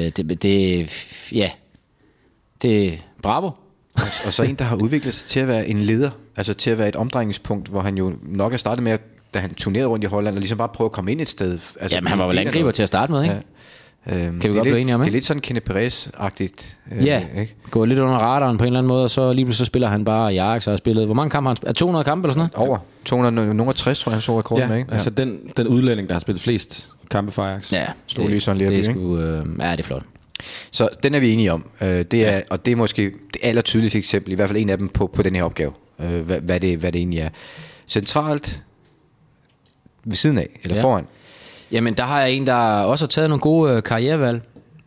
Det er bravo. Og så en, der har udviklet sig til at være en leder, altså til at være et omdrejningspunkt, hvor han jo nok er startet med, da han turnerede rundt i Holland, og ligesom bare prøve at komme ind et sted. Altså, Jamen, han var vel angriber til at starte med, ikke? Ja. Kan vi godt blive enige om, det ikke? er lidt sådan Kenneth Perez-agtigt. Ja, ikke? går lidt under radaren på en eller anden måde, og så lige pludselig så spiller han bare i Ajax og har spillet. Hvor mange kampe har han? Er 200 kampe eller sådan noget? Over 260, tror jeg, han så rekorden med, ikke? Altså den udlænding, der har spillet flest kampe for Ajax. Ja, Stod lige sådan lidt, det er ikke? sgu, ja, det er flot. Så den er vi enige om. Det er, og det er måske det allertydeligste eksempel, i hvert fald en af dem på den her opgave, hvad det egentlig er. Centralt, ved siden af, eller foran. Jamen, der har jeg en, der også har taget nogle gode karrierevalg.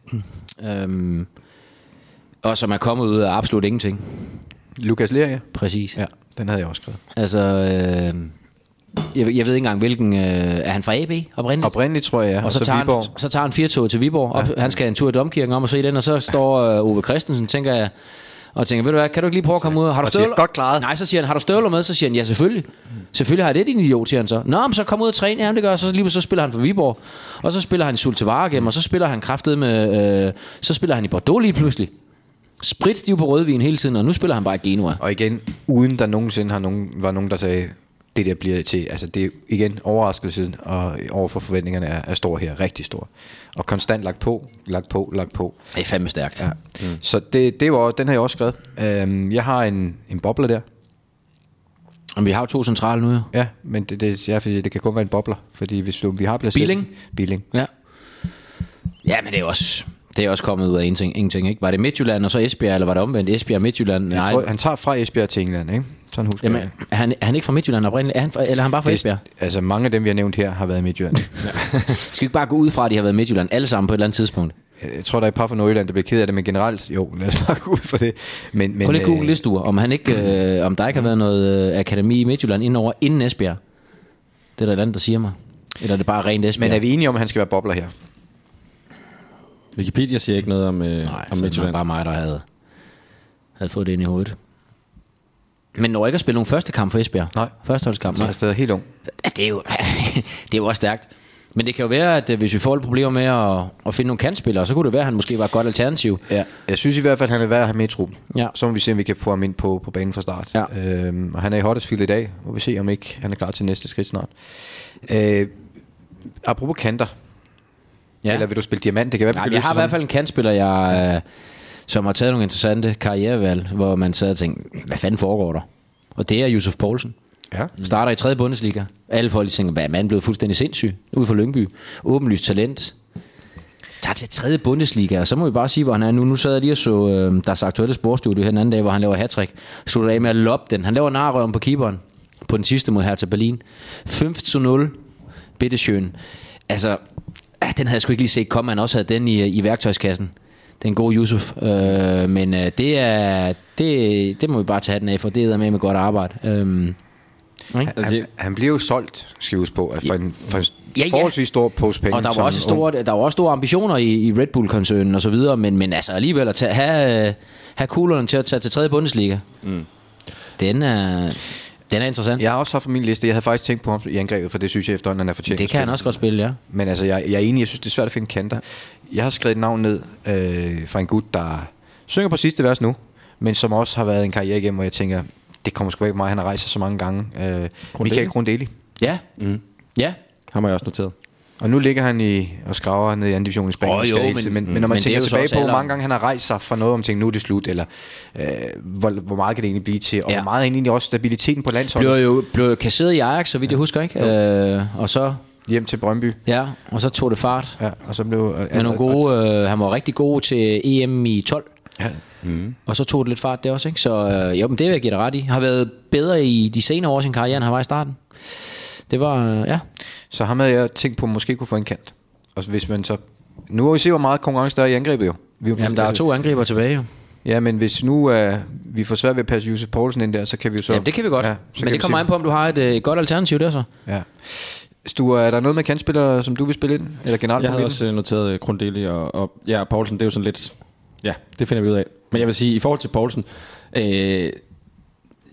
Og som er kommet ud af absolut ingenting. Lukas Leria. Præcis. Ja, den havde jeg også skrevet. Altså, jeg ved ikke engang, hvilken... er han fra AB oprindeligt? Oprindeligt, tror jeg, ja. Og så tager han 4-tog til Viborg. Ja. Han skal en tur i Domkirken om at se den, og så står Ove Christensen, tænker jeg... Og tænker, ved du hvad, kan du ikke lige prøve at komme ud? Har du støvler? Godt klaret. Nej, så siger han, har du støvler med? Så siger han, ja, selvfølgelig. Selvfølgelig har jeg det, din idiot, siger han så. Nå, men så kom ud og træne, ja, det gør. Så spiller han for Viborg. Og så spiller han i Sultevaregem, og så spiller han kraftet med... så spiller han i Bordeaux lige pludselig. Spritstiv på rødvin hele tiden, og nu spiller han bare i Genua. Og igen, uden der nogensinde var nogen, der sagde, det der bliver til... Altså, det er igen overraskelsen, og overfor forventningerne er stor her. Rigtig stor. Og konstant lagt på. Det er fandme stærkt. Ja. Så det var, den har jeg også skrevet. Jeg har en bobler der. Og vi har jo 2 centrale nu, jo. Ja, men det kan kun være en bobler, fordi hvis vi har placeret... Billing. Ja. Ja, men det er også kommet ud af ingenting, ikke? Var det Midtjylland og så Esbjerg, eller var det omvendt Esbjerg og Midtjylland? Jeg tror, han tager fra Esbjerg til England, ikke? Sådan husker jeg. Er han ikke fra Midtjylland oprindeligt? Eller er han bare fra Esbjerg? Altså mange af dem, vi har nævnt her, har været i Midtjylland. Skal vi ikke bare gå ud fra, at de har været i Midtjylland alle sammen på et eller andet tidspunkt? Jeg tror, der er et par fra Nordjylland, der bliver ked af det, men generelt, jo, lad os bare gå ud for det. Men prøv lige Google listuer, om der ikke har været noget akademi i Midtjylland inden Esbjerg. Det er der et andet, der siger mig. Eller er det bare rent Esbjerg? Men er vi enige om, at han skal være bobler her? Wikipedia siger ikke noget om Midtjylland. Det var bare mig, der havde fået det ind i hovedet. Men når ikke at spille nogen første kamp for Esbjerg. Nej. Førsteholdskamp. Så er stadig helt ung. Ja, det er jo også stærkt. Men det kan jo være, at hvis vi får lidt problemer med at finde nogle kantspillere, så kunne det være, at han måske var et godt alternativ. Ja, jeg synes i hvert fald, at han er værd at have med i truppen. Ja. Så må vi se, om vi kan få ham ind på banen fra start. Ja. Og han er i Huddersfield i dag. Må vi se, om ikke han er klar til næste skridt snart. Apropos kanter. Ja. Eller vil du spille diamant? Det kan være, nej, jeg har i hvert fald en kantspiller, som har taget nogle interessante karrierevalg, hvor man sad og tænkte, hvad fanden foregår der? Og det er Yusuf Poulsen. Ja. Starter i 3. Bundesliga. Alle folk tænker, hvad er manden blevet fuldstændig sindssyg ude for Lyngby. Åbenlyst talent. Tager til 3. Bundesliga, og så må vi bare sige, hvor han er nu. Nu sad jeg lige og så deres aktuelle sportsstudio her den anden dag, hvor han laver hattrick. Slutter af med at loppe den. Han laver narrøven på keeperen på den sidste mod Hertha Berlin. 5-0. Bitteschön. Altså, den havde jeg sgu ikke lige set komme. Han også havde den i værktøjskassen. Den gode Yusuf. Men det må vi bare tage den af, for det er med godt arbejde. Han bliver jo solgt, skal vi huske på, for en forholdsvis stor pose penge. Og der var også store ambitioner i Red Bull-koncernen og så videre, men altså alligevel at have kuglerne til at tage til 3. Bundesliga. Den er interessant. Jeg har også haft på min liste. Jeg havde faktisk tænkt på ham i angrebet, for det synes jeg efterhånden, han er fortjent. Det kan han også godt spille, ja. Men altså, jeg er enig, jeg synes, det er svært at finde kanter. Jeg har skrevet et navn ned fra en gut, der synger på sidste vers nu, men som også har været en karriere igennem, hvor jeg tænker, det kommer sgu ikke mig, han har rejst sig så mange gange. Michael Grundeli. Ja. Ja. Ham har jeg også noteret. Og nu ligger han og skraver ned i anden division i Spanien. Men når man tænker tilbage på, hvor mange gange han har rejst sig fra noget om ting, nu er det slut, eller hvor meget kan det egentlig blive til, og hvor meget er egentlig også stabiliteten på landsholdet. Blev jo kasseret i Ajax, så vidt jeg husker, ikke? Og så hjem til Brøndby. Ja, og så tog det fart. Ja, og så blev med nogle gode, han var rigtig god til EM i 12. Ja. Og så tog det lidt fart det også, ikke? Så jo, men det vil jeg give dig ret i. Har været bedre i de senere år i sin karriere, end han var i starten. Det var, ja. Så ham havde jeg tænkt på, at måske kunne få en kant. Og hvis man så... Nu må vi se, hvor meget konkurrence der er i angrebet jo. Jamen, der er 2 angriber tilbage jo. Ja, men hvis nu vi får svært ved at passe Yusuf Poulsen ind der, så kan vi jo så... Ja, det kan vi godt. Ja, men det kommer an på, om du har et godt alternativ der så. Ja. Sture, er der noget med kantspillere, som du vil spille ind? Eller generelt? Jeg har også noteret Grundeli og ja, Poulsen, det er jo sådan lidt... Ja, det finder vi ud af. Men jeg vil sige, i forhold til Poulsen,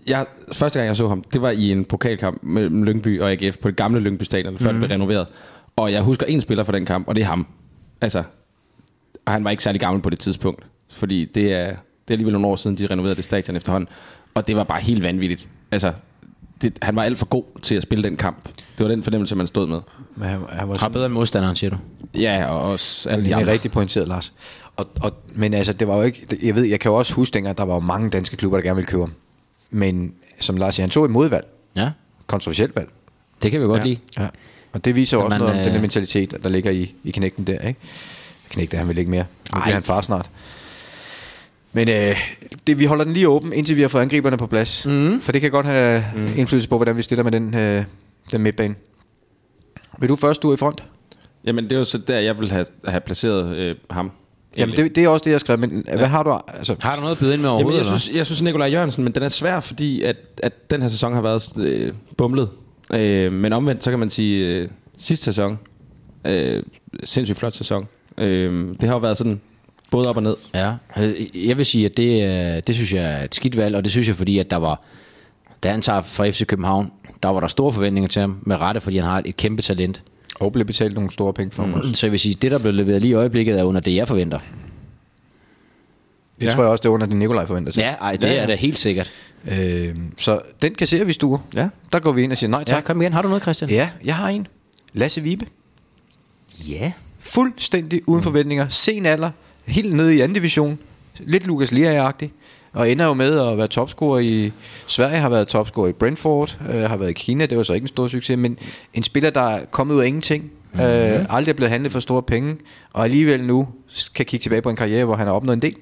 Første gang jeg så ham, det var i en pokalkamp mellem Lyngby og AGF på det gamle Lyngby Stadion, før det blev renoveret. Og jeg husker en spiller fra den kamp, og det er ham. Altså, og han var ikke særlig gammel på det tidspunkt, fordi det er alligevel nogle år siden, de renoverede det stadion efterhånden. Og det var bare helt vanvittigt. Altså, han var alt for god til at spille den kamp. Det var den fornemmelse, man stod med. Men han var Har bedre end modstanderen, siger du? Ja, og også alle de det er andre. rigtig pointeret, Lars. Men altså, det var jo ikke... Jeg kan jo også huske dengang, at der var jo mange danske klubber, der gerne ville købe ham. Men som Lars siger, han tog et modvalg. Ja, Kontroversielt valg. det kan vi godt lide. Ja. Og det viser jo også Man, noget om den der mentalitet, der ligger i knægten der, ikke? Knægten, han vil ikke mere. Nu bliver han far snart. Men vi holder den lige åben, indtil vi har fået angriberne på plads. For det kan godt have indflydelse på, hvordan vi stiller med den midtbane. Vil du først stå i front? Jamen, det er jo så der, jeg vil have placeret ham. Jamen, det er også det, jeg har skrevet. Men hvad har du... Altså, Har du noget at byde ind med Jamen, overhovedet? jeg synes Nikolaj Jørgensen, men den er svær, fordi at den her sæson har været bumlet. Men omvendt, så kan man sige, sidste sæson, sindssygt flot sæson. Det har jo været sådan, både op og ned. Ja, jeg vil sige, at det synes jeg er et skidt valg, og det synes jeg, fordi at da han tager fra FC København, der var der store forventninger til ham, med rette, fordi han har et kæmpe talent. og blev betalt nogle store penge for ham. Så jeg vil sige, det der blev leveret lige i øjeblikket, er under det, jeg forventer. Det tror jeg også, det er under det, Nikolaj forventer sig. Ja, det er da helt sikkert. Så den kasserer vi, Sture. Ja. Der går vi ind og siger nej tak. Ja, kom igen. Har du noget, Christian? Ja, jeg har en. Lasse Vibe. Ja. Fuldstændig uden forventninger. Sen alder. Helt nede i anden division. Lidt Lukas Lea-agtig. Og ender jo med at være topscorer i Sverige, har været topscorer i Brentford, har været i Kina, det var så ikke en stor succes, men en spiller, der er kommet ud af ingenting, aldrig er blevet handlet for store penge, og alligevel nu kan kigge tilbage på en karriere, hvor han har opnået en del.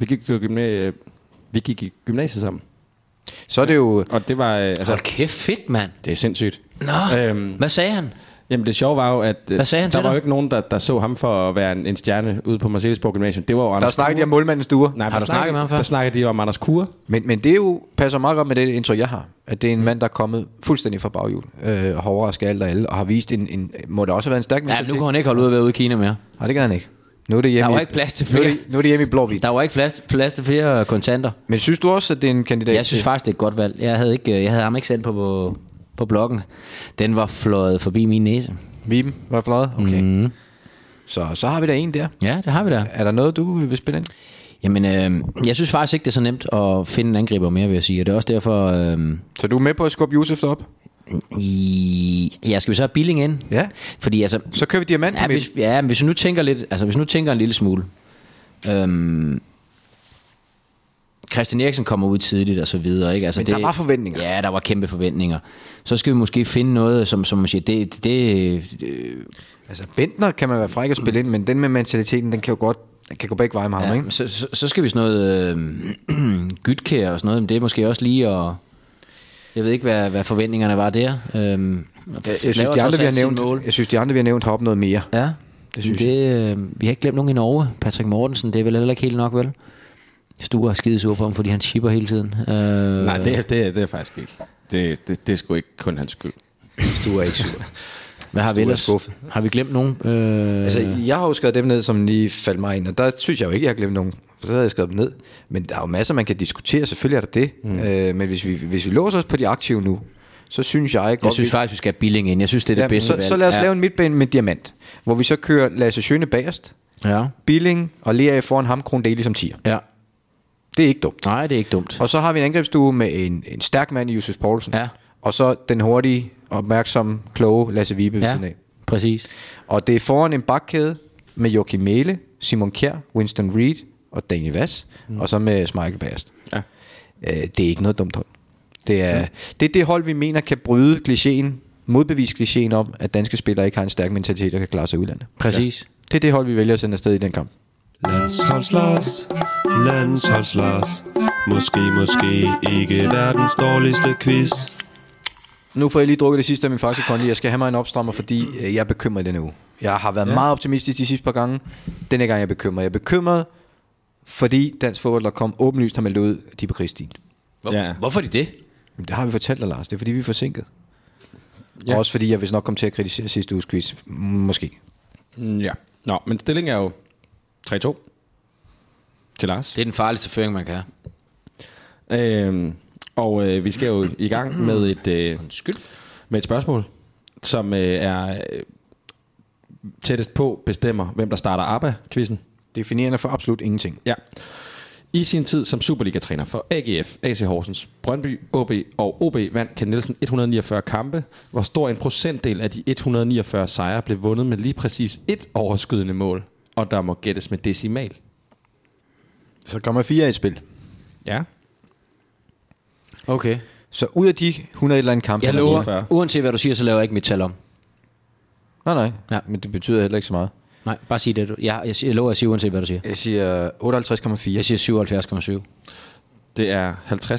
Vi gik i gymnasiet sammen. Så er det jo... Og det var... Hold kæft, fedt, mand. Det er sindssygt. Nå, hvad sagde han? Jamen det sjove var jo, at Hvad sagde han der til var jo dig? ikke nogen, der så ham for at være en stjerne ude på Marselisborg Gymnasium. Det var jo Der Anders snakkede de Kure. om målmandens duer. Nej, Har du snakket med ham før? Der snakkede de om Anders Kure. Men det er jo, passer meget godt med det indtryk, jeg har. At det er en mand, der er kommet fuldstændig fra baghjul. Hårdere skal alt og alle. Og har vist må det også have været en stærk Ja, mentalitet. nu kan han ikke holde ud at være ude i Kina mere. Nej, det kan han ikke. Nu er det hjemme Der var i- ikke plads til nu er flere. det- Nu er det hjemme i blå-hvid. Der var ikke plads til flere kontanter. Men synes du også, at det er en kandidat Jeg synes faktisk, det er et godt valg. Jeg havde ham ikke sendt på bloggen. Den var fløjet forbi min næse. Viben var fløjet? Okay. Så har vi der en der. Ja, det har vi der. Er der noget, du vil spille ind? Jamen, jeg synes faktisk ikke, det er så nemt at finde en angriber mere, vil jeg sige. Og det er også derfor... Så du er med på at skubbe Josef op? Ja, skal vi så have Billing ind? Ja. Fordi altså... Så kører vi diamant Ja, hvis vi nu tænker lidt... Altså, hvis vi nu tænker en lille smule... Christian Eriksen kommer ud tidligt og så videre, ikke? Altså, Men der var forventninger. Ja, der var kæmpe forventninger. Så skal vi måske finde noget, som man siger, Altså Bentner kan man være fræk at spille ind, men den med mentaliteten, den kan gå begge veje med ham, ja, ikke? så skal vi sådan noget Gytkær og sådan noget, men det er måske også lige at... Jeg ved ikke, hvad forventningerne var der. Jeg synes, de andre, vi har nævnt, har opnået mere. Ja, Det synes vi har ikke glemt nogen i Norge. Patrick Mortensen, det er vel heller ikke helt nok, vel? Sture er skidesur på ham, fordi han chipper hele tiden. Nej, det er faktisk ikke. Det er sgu ikke kun hans skyld. Du er ikke sur. Hvad har vi Sture er ellers? skuffet. Har vi glemt nogen? Altså, jeg har jo skrevet dem ned, som lige faldt mig ind, og der synes jeg jo ikke, jeg har glemt nogen. For så havde jeg skrevet dem ned. Men der er jo masser, man kan diskutere. Selvfølgelig er der det. Men hvis vi låser os på de aktive nu, så synes jeg... Jeg synes faktisk, vi skal have Billing ind. Jeg synes, det er det bedste valg. Så lad os lave en midtbane med diamant, hvor vi så kører Lasse Schöne bagerst, Ja. Billing og Lea foran ham, Kron Daly som 10'er. Ja. Det er ikke dumt. Nej, det er ikke dumt. Og så har vi en angrebsstue med en stærk mand i Josef Poulsen. Ja. Og så den hurtige, opmærksomme, kloge Lasse Vibe ved Ja, siden af. præcis. Og det er foran en bakkæde med Joachim Mæhle, Simon Kjær, Winston Reed og Daniel Vass. Og så med Schmeichel bagerst. Ja. Det er ikke noget dumt hold. Det er det hold, vi mener kan bryde klichéen, modbevise klichéen om, at danske spillere ikke har en stærk mentalitet og kan klare sig i udlandet. Præcis. Ja. Det er det hold, vi vælger at sende afsted i den kamp. Landsholdslars, Landsholdslars. Måske ikke verdens dårligste quiz. Nu får jeg lige drukket det sidste af min Faxe Kondi. Jeg skal have mig en opstrammer, fordi jeg er bekymret denne uge. Jeg har været meget optimistisk de sidste par gange. Denne gang er jeg bekymret. Jeg er bekymret, fordi Dansk Fodbold.com åbenlyst har meldt ud, at de er på krigsstien. Ja. Hvorfor er de det? Men det har vi fortalt dig, Lars. Det er fordi, vi er forsinket. Ja. Og også fordi, jeg vist nok kom til at kritisere sidste uges quiz. Måske. Ja. Nå, men stillingen er jo 3-2 til Lars. Det er den farligste føring, man kan have. Og vi skal jo i gang med et spørgsmål, som er tættest på bestemmer, hvem der starter ABBA-quizzen. Definerende for absolut ingenting. Ja. I sin tid som Superliga-træner for AGF, AC Horsens, Brøndby, OB og OB vandt Ken Nielsen 149 kampe. Hvor stor en procentdel af de 149 sejre blev vundet med lige præcis et overskydende mål, og der må gættes med decimal. Så kommer 4 i et spil. Ja. Okay. Så ud af de 100 eller andet kampe... Jeg lover, uanset hvad du siger, så laver jeg ikke mit tal om. Nej, Ja. men det betyder heller ikke så meget. Nej, bare sig det. Jeg lover at sige, uanset hvad du siger. Jeg siger 58,4. Jeg siger 77,7. Det er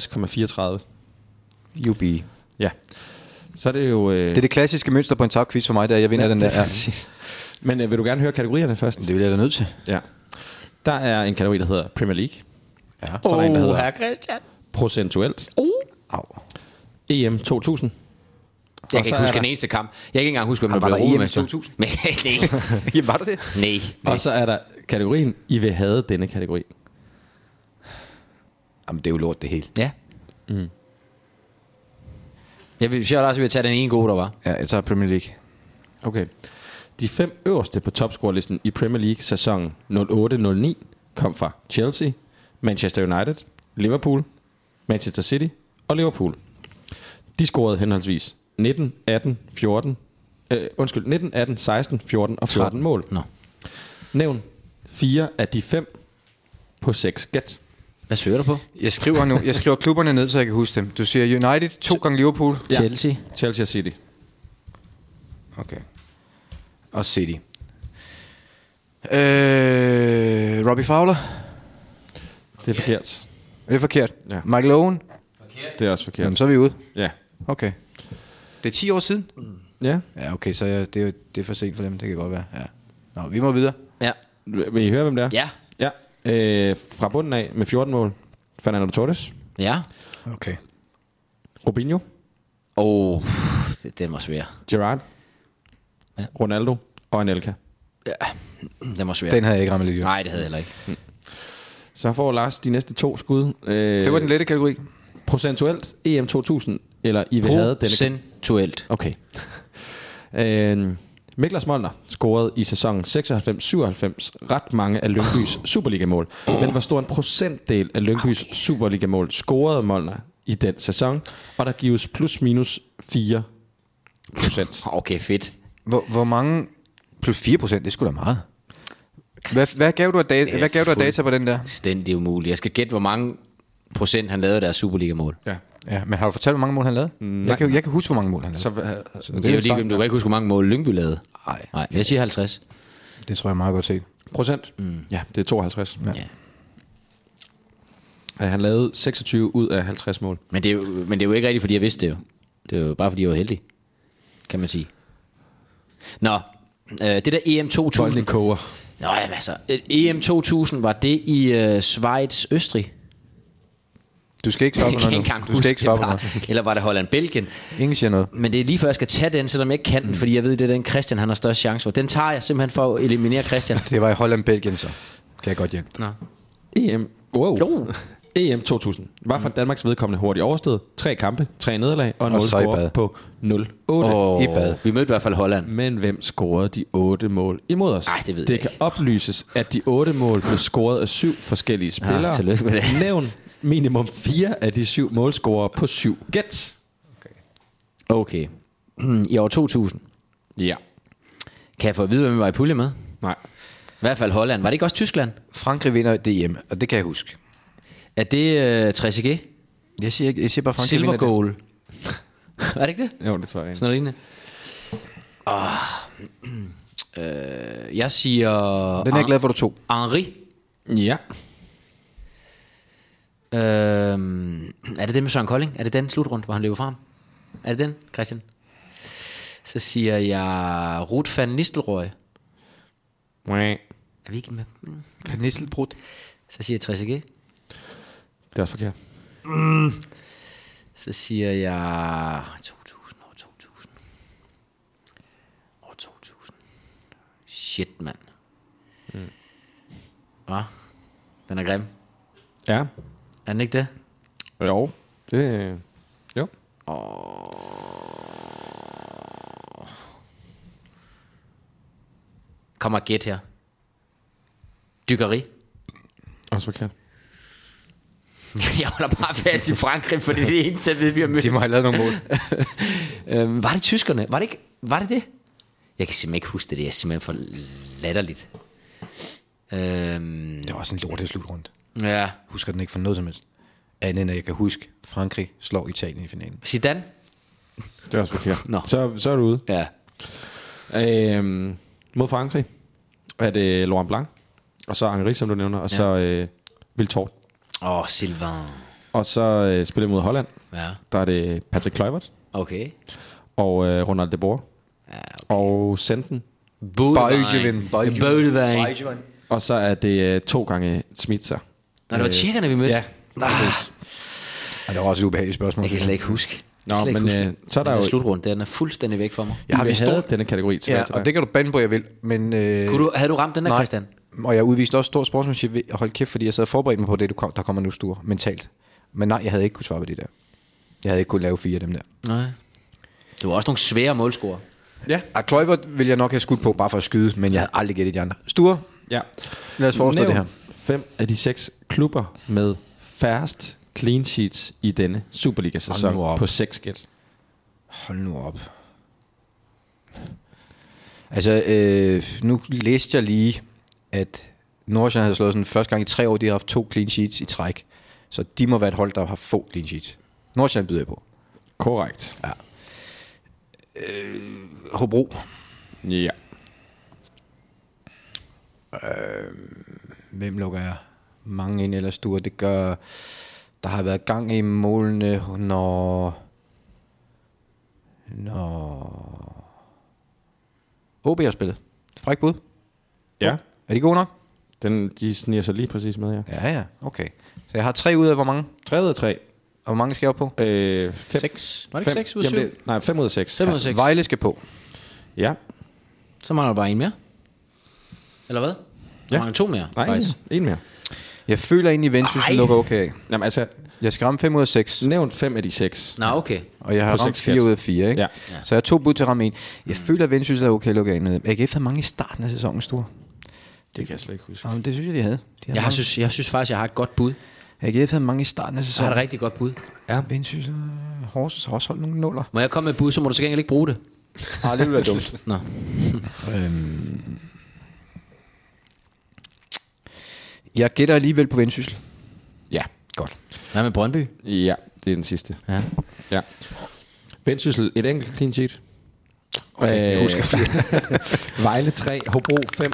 50,34. Jubi. Ja. Så er det jo... Det er det klassiske mønster på en tabquiz for mig, der jeg vinder den der. Ja. Men vil du gerne høre kategorierne først? Det vil jeg da nødt til. Ja. Der er en kategori, der hedder Premier League. Ja. Så er der en, der hedder Herre Christian. procentuelt. Au. EM 2000. Jeg Og kan så ikke huske er en der- eneste kamp. Jeg kan ikke engang huske, hvem der Var blev der EM europamester. 2000? Men nej. Ja, var det det? Nej. Og så er der kategorien, I vil have denne kategori. Jamen, det er jo lort det hele. Ja. Jeg vil sjovt også, at tage den ene gode, der var. Ja, jeg tager Premier League. Okay. De 5 øverste på topscorelisten i Premier League sæsonen 08-09 kom fra Chelsea, Manchester United, Liverpool, Manchester City og Liverpool. De scorede henholdsvis 19, 18, 16, 14 og 13 mål. Nå. Nævn 4 af de 5 på 6 gæt. Hvad søger du på? Jeg skriver klubberne ned, så jeg kan huske dem. Du siger United, 2 gange Liverpool. Ja. Chelsea. Chelsea og City. Okay. Og City. Robbie Fowler. Det er forkert. Er det forkert? Ja. Michael Owen. Det er også forkert. Jamen, så er vi ude. Ja. Okay. Det er 10 år siden? Ja. Ja, okay, så det er for sent for dem. Det kan godt være. Ja. Nå, vi må videre. Ja. Vil I høre, hvem det er? Ja. Ja. Fra bunden af med 14 mål. Fernando Torres. Ja. Okay. Robinho. Den var svær. Gerrard. Ja. Ronaldo. Og Anelka. Den var svær. Den havde jeg ikke ramt lidt. Nej, det havde jeg heller ikke. Så får Lars de næste 2 skud. Det var den lette kategori. Procentuelt EM 2000. Eller I vil have denne. Procentuelt. Okay. Miklas Molnar scorede i sæsonen 96-97 ret mange af Lyngbys Superliga-mål. Men hvor stor en procentdel af Lyngbys Superliga-mål scorede Molnar i den sæson? Og der gives plus minus 4%. Okay, fedt. Hvor mange... Plus 4%, det er sgu da meget. Hvad gav du af data på den der? Stændig umuligt. Jeg skal gætte, hvor mange procent han lavede deres Superliga-mål. Ja. Ja, men har du fortalt, hvor mange mål han lavede? Jeg kan huske, hvor mange mål han lavede. Så, Det er jo lige, du kan ikke huske, hvor mange mål Lyngby lavede. Nej, jeg siger 50. Det tror jeg er meget godt set. procent? Ja, det er 52. Ja. Han lavede 26 ud af 50 mål. Men det er jo ikke rigtigt, fordi jeg vidste det jo. Det er jo bare, fordi jeg var heldig, kan man sige. Nå, det der EM 2000... Bolden koger. Nå, jamen altså, EM 2000, var det i Schweiz, Østrig? Du skal ikke svare på Jeg kan noget ikke nu. engang Du skal ikke huske svare på det noget. bare. Eller var det Holland-Belgien? Ingen siger noget. Men det er lige før, jeg skal tage den, selvom jeg ikke kan den, fordi jeg ved, det er den Christian, han har størst chance for. Den tager jeg simpelthen for at eliminere Christian. Det var i Holland-Belgien, så kan jeg godt hjælpe. Nå. EM 2000 var for Danmarks vedkommende hurtigt overstået. 3 kampe, 3 nederlag og en Og så i målscore bad. på 0-8. I bad. Vi mødte i hvert fald Holland. Men hvem scorede de 8 mål imod os? Ej, det ved det jeg kan ikke. oplyses, at de 8 mål blev scoret af 7 forskellige spillere. tillykke med det. Nævn minimum 4 af de 7 målscorere på 7 gæt. Okay. I år 2000. Ja. Kan jeg få at vide, hvem vi var i pulje med? Nej. I hvert fald Holland. Var det ikke også Tyskland? Frankrig vinder DM, og det kan jeg huske. Er det Trezeguet? Jeg siger bare Frankrig Silver vinder det. goal. Var det ikke det? Jo, det tror jeg ikke. Sådan noget lignende. Jeg siger... Den er jeg glad for, du tog. Henri. Ja. Er det den med Søren Kolding? Er det den slutrunde, hvor han løber frem? Er det den, Christian? Så siger jeg Ruud van Nistelrooy. Er vi ikke med? Nistelbrud. Så siger jeg Trezeguet. Det er også forkert. Så siger jeg 2000. År 2000. Shit, mand. Hvad? Den er grim. Ja. Er den ikke det? Jo. Det, jo. Kommer gæt her. Dykkeri. Også forkert. Jeg holder bare fast i Frankrig, for det er det eneste, jeg ved, vi har mødt. De må have lavet nogle mål. Var det tyskerne? Var det det? Jeg kan simpelthen ikke huske det. Det er simpelthen for latterligt. Det var også en lortet slutrunde. Ja. Husker den ikke for noget som helst. Andet end at jeg kan huske, Frankrig slår Italien i finalen. Zidane? Det er også forkert. Nå. Så er du ude. Ja. Mod Frankrig er det Laurent Blanc, og så Henry, som du nævner, og så Viltort. Sylvain. Og så spiller mod Holland. Ja. Der er det Patrick Kluivert Okay. og Ronald de Boer. Ja, okay. Og Senden. Bøjgevin. Og så er det 2 gange Smitser. Nå, det var tjekkerne, vi mødte. Ja, præcis. Og det var også et ubehageligt spørgsmål. Jeg kan slet ikke huske. Nå, men så er der jo slutrunde, den er fuldstændig væk for mig. Jeg har vi vist havde denne kategori til. Ja, og det kan du bande på, jeg vil. Men, Havde du ramt den der, nej. Christian? Og jeg udviste også stor sportsmanship ved at holde kæft, fordi jeg sad og forberedte mig på det, der kommer nu stor mentalt. Men nej, jeg havde ikke kunne svare på det der. Jeg havde ikke kunne lave 4 af dem der. Nej. Det var også nogle svære målscorer. Ja. Og Kluivert ville jeg nok have skudt på, bare for at skyde, men jeg havde aldrig gættet de andre. Sture, Ja. lad os forestå det her. 5 af de 6 klubber med færrest clean sheets i denne Superliga-sæson Hold nu op. på 6 gæt. Hold nu op. Altså, nu læste jeg lige, at Nordsjælland havde slået sådan første gang i 3 år, de har haft 2 clean sheets i træk. Så de må være et hold, der har få clean sheets. Nordsjælland byder jeg på. Korrekt. Ja. Hobro. Ja. Hvem lukker jeg mange ind eller Sture? Det gør... Der har været gang i målene, når OB har spillet. Fræk bud. Ja. Er de gode nok? De sniger sig lige præcis med, ja. Ja, okay. Så jeg har 3 ud af hvor mange? 3 ud af 3. Og hvor mange skal jeg op på? 5. 6. Var det ikke 6 ud af 7? Nej, 5 ud af 6. 5 ud af 6. Vejle skal på. Ja. Så mangler der bare en mere. Eller hvad? Der mangler 2 mere, Nej, faktisk. en mere. Jeg føler egentlig, at Vendsyssel lukker okay af. Jamen altså, Jeg skal ramme 5 ud af 6. nævnt 5 af de 6. Nå, okay. Og jeg har På ramt 6 4 ud af 4, ikke? Ja. Så jeg har 2 bud til at ramme 1. Jeg føler, at Vendsyssel er okay lukket af. AGF havde mange i starten af sæsonen, Sture. Det kan jeg slet ikke huske. Det synes jeg, de havde. Jeg synes faktisk, jeg har et godt bud. AGF havde mange i starten af Så har sæsonen. et rigtig godt bud. Ja, Vendsyssel Horsens har også holdt nogle nuller. Må jeg komme med et bud, så må du så gengæld ikke bruge det. Det ville være dumt. Nå. Jeg gætter alligevel på Vendsyssel. Ja. Godt. Hvad med Brøndby? Ja, det er den sidste. Ja. Ja. Vendsyssel, et enkelt clean sheet. Okay, jeg husker. Vejle 3, Hobro 5,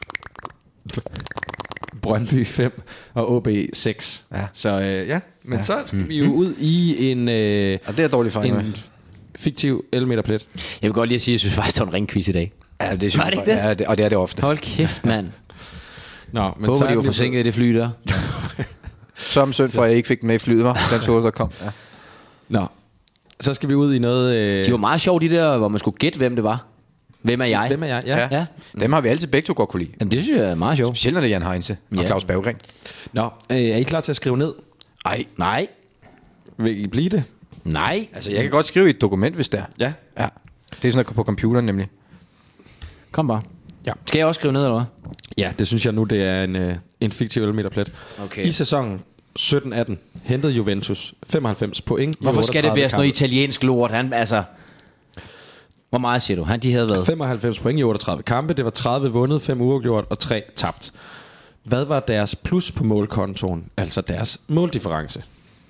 Brøndby 5 og OB 6. Ja. Så ja, men så skal vi jo ud i en, Og det er dårligt for en fiktiv 11 meter plet. Jeg vil godt lige at sige, at jeg synes faktisk, det var en ringquiz i dag. Ja, det synes Var det ikke det? Ja, og det er det ofte. Hold kæft, mand. Nå, men Håber, så de var forsinket i det fly der. Som synd for, at jeg ikke fik den med i flyet, var. Den tog, der kom. Ja. Nå, så skal vi ud i noget... De var meget sjove, de der, hvor man skulle gætte, hvem det var. Hvem er jeg? Hvem er jeg? Ja. Ja. Dem har vi altid begge to godt kunne lide. Jamen, det synes jeg er meget sjovt. Specielt når det er Jan Heinze og Ja. Claus Berggren. Nå, er I klar til at skrive ned? Nej. Vil I blive det? Nej. Altså, jeg kan godt skrive i et dokument, hvis det er. Ja. Ja. Det er sådan noget på computeren, nemlig. Kom bare. Ja. Skal jeg også skrive ned, eller hvad? Ja, det synes jeg nu, det er en fiktiv 11 meter plet. Okay. I sæsonen 17-18 hentede Juventus 95 point. Hvorfor skal det være sådan noget kampe. italiensk lort? Han, altså... Hvor meget siger du? De havde været... 95 point i 38 kampe. Det var 30 vundet, 5 uafgjort og 3 tabt. Hvad var deres plus på målkontoen? Altså deres måldifference?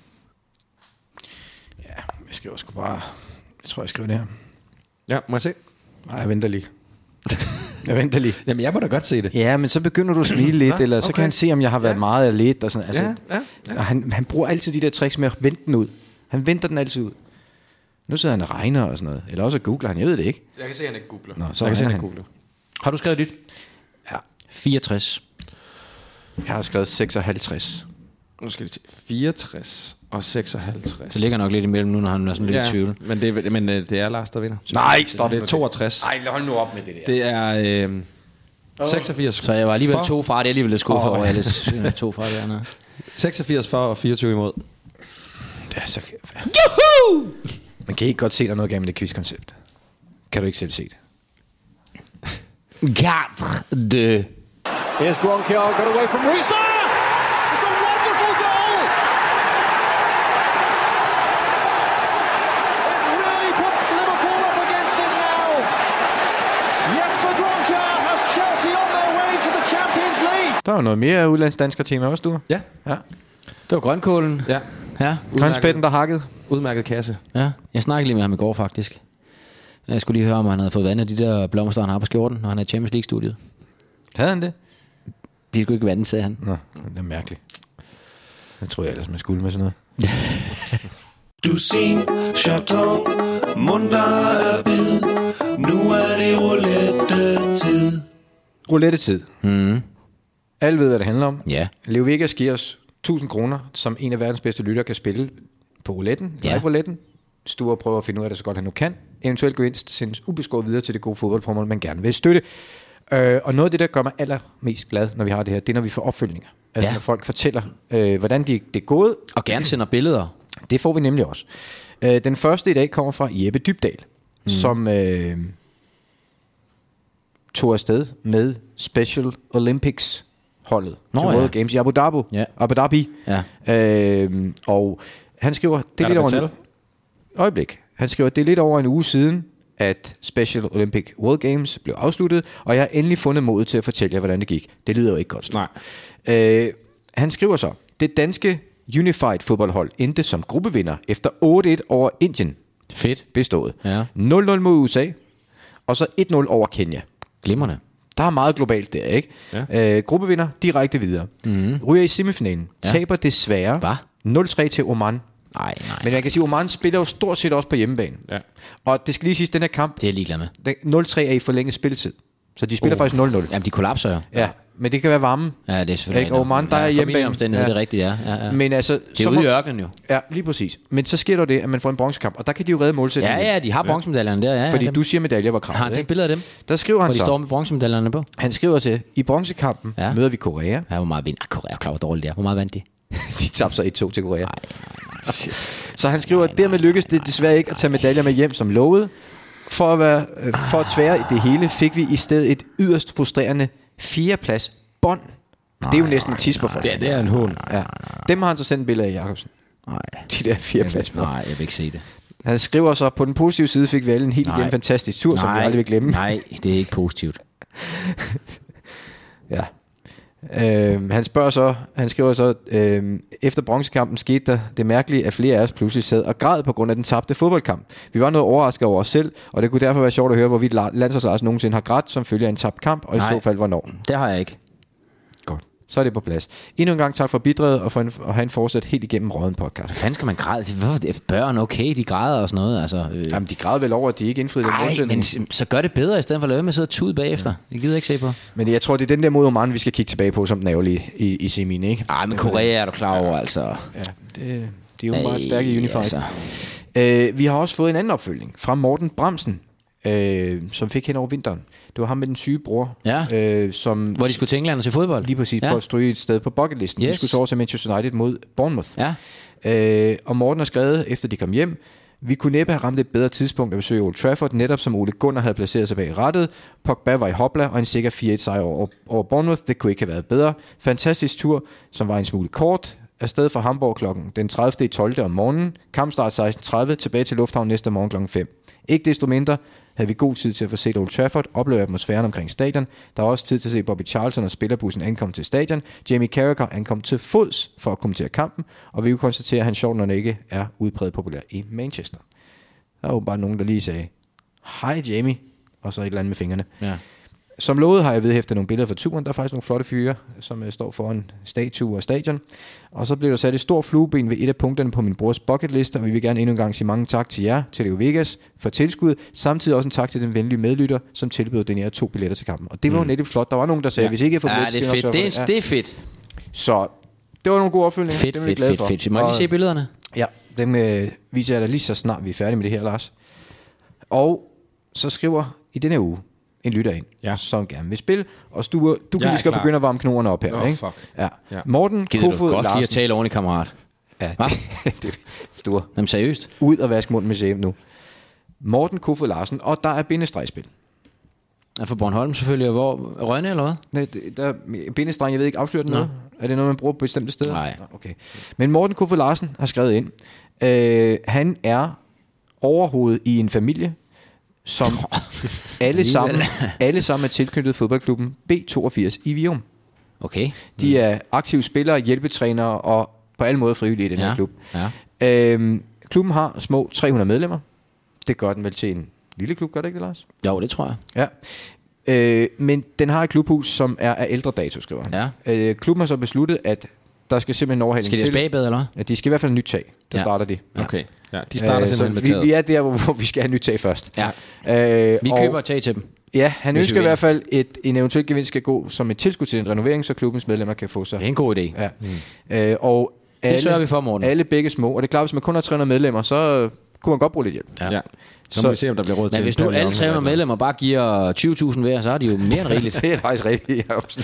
Ja, jeg skriver sgu bare... Jeg tror, jeg skriver det her. Ja, må jeg se? Nej, jeg venter lige. Jamen, jeg må da godt se det. Ja, men så begynder du at smile lidt, eller så kan han se, om jeg har været meget eller lidt. Og sådan. Altså, og han bruger altid de der tricks med at vente den ud. Han venter den altid ud. Nu sidder han og regner og sådan noget. Eller også googler han, jeg ved det ikke. Jeg kan se, at han ikke googler. Nå, så jeg kan se, at han han googler. Har du skrevet dit? Ja. 64. Jeg har skrevet 56. Nu skal vi se. 64 og 56. Det ligger nok lidt imellem nu, når han er sådan lidt i tvivl. Men det er Lars, der vinder. Nej, stop. Det er 62. Nej, hold nu op med det der. Det er 86. Så jeg var alligevel for, 2 fra, det er alligevel lidt skuffet over, alle 2 fra det andet. 86 for og 24 imod. Det er Altså, man kan ikke godt se, der er noget gennem det quizkoncept. Kan du ikke selv se det? 4-2. Here's Gronkiar, got away from Risa. It's a wonderful goal. It really puts Liverpool up against it now. Jesper Gronkiar has Chelsea on their way to the Champions League. Der er jo noget mere udlandsdansker tema også, du. Ja. Det var grønkålen. Ja. Ja. Grønspætten, der hakket. Udmærket kasse. Ja. Jeg snakkede lige med ham i går, faktisk. Jeg skulle lige høre, om han havde fået vandet de der blomster, han har på skjorten, når han er i Champions League-studiet. Havde han det? De skulle ikke vande, sagde han. Nå, det er mærkeligt. Jeg tror jeg ellers, man skulle med sådan noget. Dusin, chaton, mundar er bid. Nu er det roulette-tid. Roulette-tid. Alle ved, hvad det handler om. Ja. Leo Vegas giver os 1000 kroner, som en af verdens bedste lyttere kan spille på rouletten, live-rouletten. Sture prøver at finde ud af det så godt han nu kan. Eventuelt gevinst sendes ubeskåret videre til det gode fodboldformål, man gerne vil støtte. Og noget af det, der gør mig allermest glad, når vi har det her, det er, når vi får opfølgninger. Altså når folk fortæller, hvordan det er gået. Og gerne sender billeder. Det får vi nemlig også. Den første i dag kommer fra Jeppe Dybdal, som tog afsted med Special Olympics holdet til World Games i Abu Dhabi. Ja. Og han skriver, det er lidt over Han skriver, det er lidt over en uge siden, at Special Olympic World Games blev afsluttet, og jeg har endelig fundet modet til at fortælle jer, hvordan det gik. Det lyder jo ikke godt. Nej. Han skriver så, det danske Unified fodboldhold endte som gruppevinder efter 8-1 over Indien. Fedt. Bestået. Ja. 0-0 mod USA, og så 1-0 over Kenya. Glimrende. Der er meget globalt der, ikke? Ja. Gruppevinder direkte videre. Ryger i semifinalen. Taber desværre 0-3 til Oman. Nej. Men jeg kan sige, at Oman spiller jo stort set også på hjemmebane. Ja. Og det skal lige siges, den her kamp, Det er jeg ligeglad med. 0-3 er i forlænget spilletid. Så de spiller faktisk 0-0. Jamen, de kollapser jo. Ja, men det kan være varme. Ja, det er selvfølgelig. Og Oman, der er hjemmebane. Omstændighed, det er rigtigt, ja. Men altså, Det er ude i ørkenen jo. Ja, lige præcis. Men så sker der det, at man får en bronzekamp, og der kan de jo redde målsætningen. Ja, de har bronzemedaljerne der. Ja, fordi dem. du siger, medaljer var kravet. Har han taget billeder af dem? Der skriver han hvor de så, står med bronzemedaljerne på? Han skriver til, i bronzekampen møder vi Korea. Ja, hvor meget vinder Korea? Klar, hvor dårligt det er. Hvor meget vandt de? De tabte så 1-2 til Korea. Så han skriver, at dermed lykkedes det desværre ikke at tage medaljer med hjem som lovet. For at tvære det hele, fik vi i stedet et yderst frustrerende 4. plads bånd. Det er jo næsten en tisper for det er en hån. Ja. Dem har han så sendt billeder af Jacobsen. Nej. De der 4. plads bånd. Nej, jeg vil ikke se det. Han skriver så, på den positive side fik vi alle en helt igen fantastisk tur, som vi aldrig vil glemme. Nej, det er ikke positivt. Ja. Han skriver så, efter bronzekampen skete der det mærkelige, at flere af os pludselig sad og græd på grund af den tabte fodboldkamp. Vi var noget overrasket over os selv, og det kunne derfor være sjovt at høre, hvorvidt landsholdslars nogensinde har grædt som følge af en tabt kamp, og i så fald hvornår. Det har jeg ikke. Godt. Så er det på plads. Endnu en gang tak for bidraget, og for at have en fortsat helt igennem råden podcast. Hvad fanden skal man græde? Børn, okay, de græder og sådan noget. Altså, Jamen, de græder vel over, at de ikke indfriede den målsætning. Men så gør det bedre, i stedet for at lade være med at sidde og tude bagefter. Det gider jeg ikke se på. Men jeg tror, det er den der mod Oman, vi skal kigge tilbage på, som den ærgerlige i semien, ikke? Ej, men Korea er du klar over, altså. Ja, de er jo bare stærke i Unified. Altså. Vi har også fået en anden opfølgning fra Morten Bramsen, som fik hen over vinteren. Det var ham med den syge bror. Ja. Som hvor de skulle til England og se fodbold. Lige præcis, for at stryge et sted på bucketlisten. Yes. De skulle så over til Manchester United mod Bournemouth. Ja. Og Morten har skrevet, efter de kom hjem, vi kunne næppe have ramt et bedre tidspunkt at besøge Old Trafford, netop som Ole Gunnar havde placeret sig bag rattet. Pogba var i hopla, og en sikker 4-1 sejr over Bournemouth. Det kunne ikke have været bedre. Fantastisk tur, som var en smule kort. Afsted fra Hamburg klokken den 30.12. om morgenen. Kampstart 16.30, tilbage til lufthavn næste morgen klokken 5. Ikke desto mindre havde vi god tid til at få set Old Trafford, opleve atmosfæren omkring stadion. Der var også tid til at se Bobby Charlton og spillerbussen ankomme til stadion. Jamie Carragher ankom til fods for at kommentere kampen, og vi kunne konstatere, at han sjovt nok ikke er udpræget populær i Manchester. Der var jo bare nogen, der lige sagde, hej Jamie, og så et eller andet med fingrene. Ja. Som lovet har jeg vedhæftet nogle billeder fra turen. Der er faktisk nogle flotte fyre, som står foran statue og stadion. Og så blev der sat et stort flueben ved et af punkterne på min brors bucketliste, og vi vil gerne endnu en gang sige mange tak til jer, til Leo Vegas, for tilskud. Samtidig også en tak til den venlige medlytter, som tilbød den her 2 billetter til kampen. Og det var jo netop flot. Der var nogen, der sagde, hvis ikke jeg får billetter, det er fedt. Det er fedt. Så det var nogle gode opfølgninger. Fedt. Må jeg lige se billederne? Ja, dem viser jeg dig lige så snart vi er færdige med det her, Lars. Og så skriver i denne uge en lytter ind, som gerne vil spille. Og du kan lige skal begynde at varme knoerne op her. Fuck. Ja. Morten Gider Kofod du godt Larsen. lige at tale ordentligt, kammerat? Ja, Hva? det er store. Jamen seriøst? Ud og vask munden med sæbe nu. Morten Kofod Larsen, og der er bindestregspil. Ja, for Bornholm selvfølgelig, og hvor? Rønne eller hvad? Nej, der er bindestreng, jeg ved ikke, afslører den noget? Er det noget, man bruger på bestemte steder? Nej. Okay. Men Morten Kofod Larsen har skrevet ind. Han er overhovedet i en familie, som alle sammen er tilknyttet fodboldklubben B82 i Virum. Okay. De er aktive spillere, hjælpetrænere og på alle måder frivillige i den her klub. Ja. Klubben har små 300 medlemmer. Det gør den vel til en lille klub, gør det ikke det, Lars? Jo, det tror jeg. Ja. Men den har et klubhus, som er af ældre dato, skriver han. Ja. Klubben har så besluttet, at der skal simpelthen overhaling til. Skal de have spagbad, eller hvad? Ja, de skal i hvert fald have nyt tag. Der starter de. Okay. Ja, de starter simpelthen med taget. Vi er der, hvor vi skal have nyt tag først. Ja. Vi køber et tag til dem. Ja, han ønsker i hvert fald, en eventuel gevinst skal gå som et tilskud til en renovering, så klubbens medlemmer kan få sig. Det er en god idé. Ja. Og det sørger vi for, Morten. Alle begge små. Og det er klart, hvis man kun har 300 medlemmer, så kunne man godt bruge lidt hjælp. Ja. Så må vi se, om der bliver råd til. Men hvis nu alle 300 medlemmer bare giver 20.000 hver, så er det jo mere end rigeligt. Det er faktisk rigtigt, Jacobsen.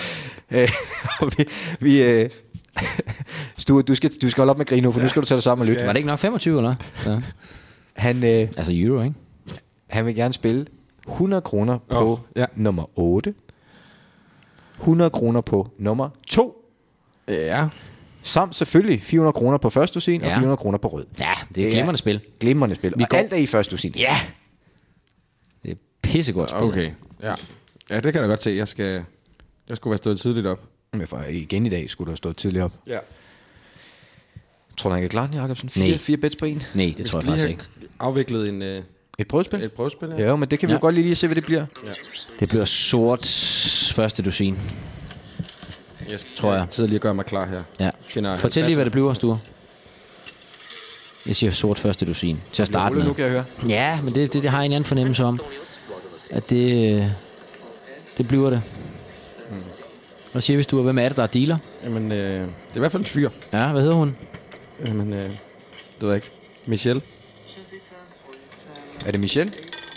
Stue, du skal holde op med at grine nu, for nu skal du tage dig sammen og lytte. Var det ikke nok 25, eller? Ja. Han, altså euro, ikke? Han vil gerne spille 100 kroner på nummer 8. 100 kroner på nummer 2. Ja. Samt selvfølgelig 400 kroner på første dusin og 400 kroner på rød. Ja, det er glimrende spil. Glimrende spil. Og alt er i første dusin. Ja. Det er pissegodt spil. Okay. Ja, det kan jeg godt se. Jeg skulle være stået tidligt op. Men for igen i dag skulle du have stået tidligt op. Ja. Tror du, han kan klare den, Jacobsen? 4 bets på en? Nej, det tror jeg faktisk ikke. Afviklet en... Et prøvespil? Et prøvespil, ja. Ja, men det kan vi jo godt lige se, hvad det bliver. Ja. Det bliver sort første dusin. Tror jeg. Sidder lige og gør mig klar her. Ja. Fortæl lige, hvad det bliver, Sture. Jeg siger sort første dusin til at starte med. Nu kan jeg høre. Ja, men det har jeg en anden fornemmelse om. At det bliver det. Hvad siger vi, Sture? Hvem er det, der er dealer? Jamen, det er i hvert fald en fyr. Ja, hvad hedder hun? Jamen, det ved jeg ikke. Michelle. Er det Michelle?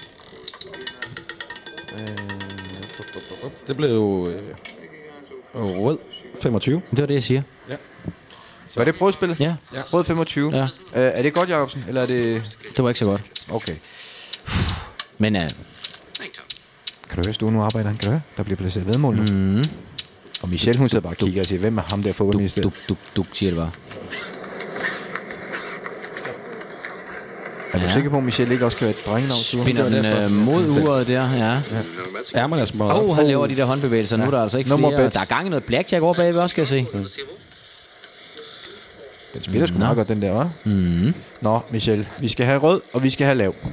Det blev jo rød 25. Det var det, jeg siger. Ja. Så er det prøvespillet? Ja. Rød 25. Ja. Er det godt, Jacobsen? Eller er det... Det var ikke så godt. Okay. Men... Kan du høre, Stue, nu arbejder han? Kan du høre? Der bliver placeret vedmål nu. Og Michelle, hun sidder bare og kigger og siger, hvem er ham der fodboldminister? Du siger det bare. Er du sikker på, at Michelle ikke også kan være et drengenavn? Spinder den mod uret der, ja. Ærmerne er små. Han laver de der håndbevægelser. Nu er der altså ikke flere. Der er gang i noget blackjack over bagved også, skal jeg se. Den spiller sgu meget godt, den der, hva'? Nå, Michelle, vi skal have rød, og vi skal have lav.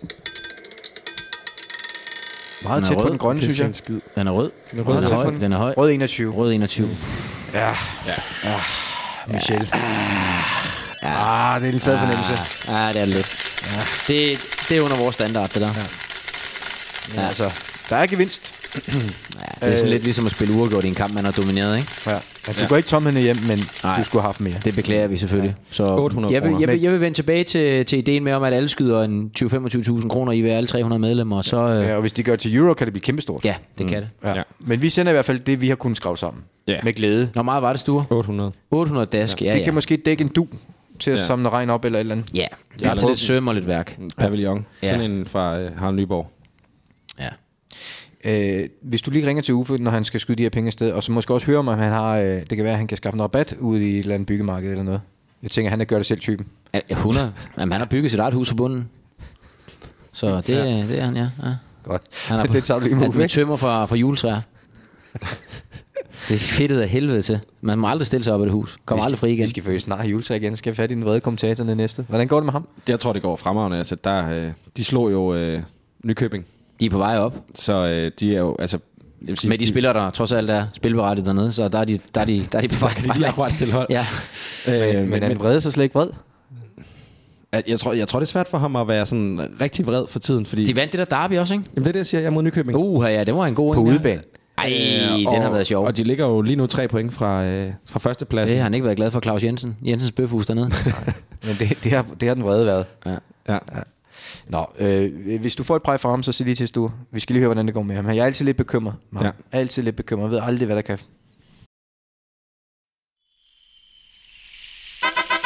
Meget tæt på den grønne, synes jeg. Den er rød. Den er høj. Rød 21. Rød 21. Ja. Michelle. Det er en fed fornemmelse. Ja, det er det lidt. Det er under vores standard, det der. Ja. Altså, der er gevinst. Det er sådan lidt ligesom at spille uafgjort i en kamp, man har domineret, ikke? Ja. Du går ikke tomhændet hjem, men du skulle have haft mere. Det beklager vi selvfølgelig. Så 800 jeg vil vende tilbage til ideen med, om at alle skyder en 20-25.000 kroner i hver alle 300 medlemmer. Så, og hvis de gør til euro, kan det blive kæmpestort. Ja, det kan det. Ja. Men vi sender i hvert fald det, vi har kunnet skrave sammen. Ja. Med glæde. Hvor meget var det, Sture? 800. 800 dask, ja. Det kan måske dække en du til at samle regn op eller et eller andet. Ja, det er til lidt søm og lidt værk. Pavillon. Sådan en fra Harald Nyborg. Ja. Hvis du lige ringer til Uffe, når han skal skyde de her penge afsted, og så måske også høre om han har, det kan være, at han kan skaffe en rabat ude i et eller andet byggemarked eller noget. Jeg tænker, han er gør det selv typen. 100. Jamen, han har bygget sit eget hus på bunden. Så det er han, ja. Godt. Han er det tager du lige med Uffe. Han tømmer fra juletræer. Det er fedtet af helvede til. Man må aldrig stille sig op i det hus. Kommer aldrig fri igen. Vi skal følge snart juletræ igen. Skal vi fat i den vrede kommentator næste. Hvordan går det med ham? Jeg tror, det går fremragende. Altså, de slog jo Nykøbing. De er på vej op. Så de er jo... Altså, sige, med de spillere, der trods alt er spilberettet dernede, så der er de på vej. De er akkurat stille hold. Ja. Men er den vrede så slet ikke vred? Jeg tror, det er svært for ham at være sådan rigtig vred for tiden. Fordi de vandt det der derby også, ikke? Jamen det er det, jeg siger. Jeg er mod Nykøbing. Ja, det var en god på udebane. Ej, den har været sjov. Og de ligger jo lige nu 3 point fra førstepladsen. Det har han ikke været glad for, Claus Jensen. Jensens bøfhus dernede. Men det har den vrede været. Ja. Nå, hvis du får et præg fra ham, så sig lige til Stue. Vi skal lige høre, hvordan det går med ham. Jeg er altid lidt bekymret. Altid lidt bekymret. Jeg ved aldrig, hvad der kan.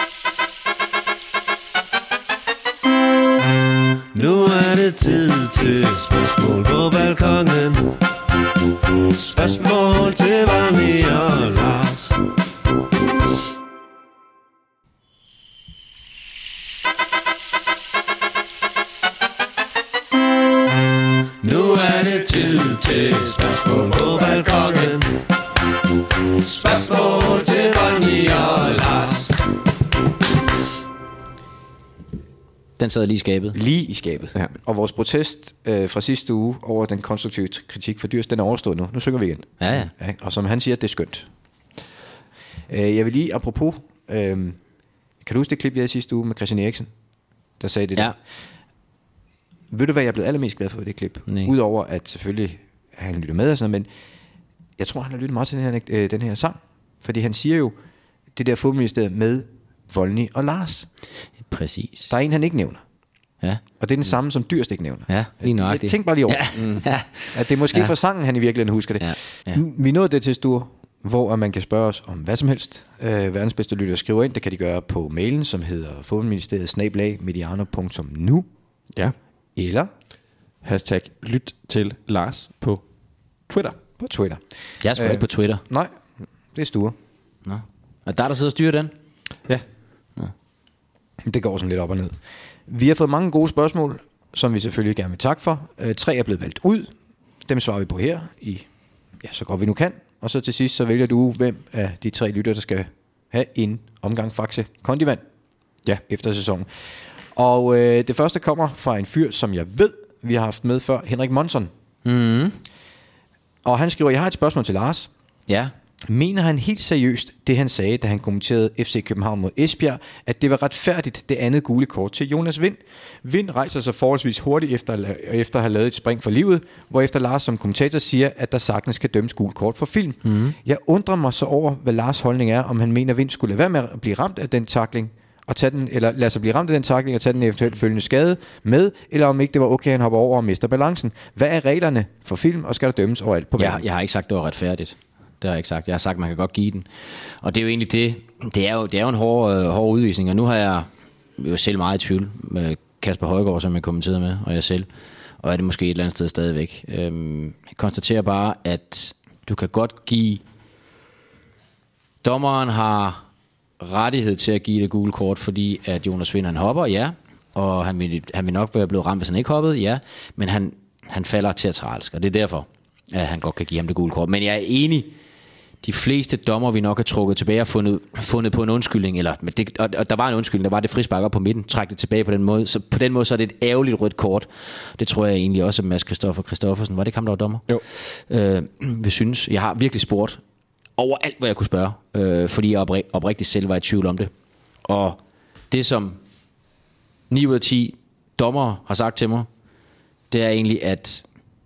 det tid til spørgsmål på balkongen. Spørgsmål til Valny og Lars. Nu er det tid til spørgsmål på balkongen. Spørgsmål til Valny og Lars. Den sad lige i skabet. Lige i skabet. Ja. Og vores protest fra sidste uge over den konstruktive kritik for Dyrs, den er overstået nu. Nu synger vi igen. Ja. Og som han siger, det er skønt. Jeg vil lige, apropos, kan du huske det klip, vi havde sidste uge med Christian Eriksen, der sagde det der? Ved du hvad, jeg er blevet allermest glad for ved det klip? Udover at selvfølgelig han lytter med og sådan noget, men jeg tror, han har lyttet meget til den her sang. Fordi han siger jo, det der fodboldministeriet med Volny og Lars. Præcis. Der er en, han ikke nævner. Ja. Og det er den samme, som Dyrst ikke nævner. Ja, lige nøjagtigt. Jeg tænkte bare lige over, at det er måske fra sangen, han i virkeligheden husker det. Ja. Vi nåede det til Sture, hvor man kan spørge os om hvad som helst. Verdens bedste lytter skriver ind, det kan de gøre på mailen, som hedder fodboldministeriet@mediano.nu. Ja. Eller hashtag lyt til Lars på Twitter. På Twitter. Jeg er sgu ikke på Twitter. Nej, det er Sture. Nå. Og der sidder og styrer den? Ja. Det går sådan lidt op og ned. Vi har fået mange gode spørgsmål, som vi selvfølgelig gerne vil takke for. 3 er blevet valgt ud. Dem svarer vi på her i så godt vi nu kan. Og så til sidst, så vælger du, hvem af de 3 lytter, der skal have en omgang Faxe Kondivand efter sæsonen. Og det første kommer fra en fyr, som jeg ved, vi har haft med før, Henrik Monson. Mm. Og han skriver, jeg har et spørgsmål til Lars. Ja. Mener han helt seriøst det, han sagde, da han kommenterede FC København mod Esbjerg, at det var retfærdigt det andet gule kort til Jonas Vind? Vind rejser sig forholdsvis hurtigt efter at have lavet et spring for livet, hvorefter Lars som kommentator siger, at der sagtens kan dømmes gule kort for film. Mm. Jeg undrer mig så over, hvad Lars' holdning er, om han mener, at Vind skulle lade være med at blive ramt af den tackling, og tage den, eller lade sig blive ramt af den tackling og tage den eventuelt følgende skade med, eller om ikke det var okay, han hopper over og mister balancen. Hvad er reglerne for film, og skal der dømmes overalt på banen? Jeg har ikke sagt, det var retfærdigt. Det har jeg ikke sagt. Jeg har sagt, at man kan godt give den. Og det er jo egentlig det. Det er jo en hård udvisning, og nu har jeg jo selv meget i tvivl med Kasper Højgaard, som jeg kommenterede med, og jeg selv. Og er det måske et eller andet sted stadigvæk. Jeg konstaterer bare, at du kan godt give... Dommeren har rettighed til at give det gule kort, fordi at Jonas Vind, han hopper, og han vil nok være blevet ramt, hvis han ikke hoppede, men han falder teatralsk, og det er derfor, at han godt kan give ham det gule kort. Men jeg er enig, de fleste dommer vi nok har trukket tilbage og fundet på en undskyldning, og der var en undskyldning, der var det frispark op på midten, træk det tilbage på den måde. Så på den måde så er det et ærgerligt rødt kort. Det tror jeg egentlig også, at Mads Christoffersen, var det ikke ham, der var dommer? Jo. Vi synes, jeg har virkelig spurgt over alt, hvad jeg kunne spørge, fordi jeg oprigtigt selv var i tvivl om det. Og det, som 9 ud af 10 dommere har sagt til mig, det er egentlig, at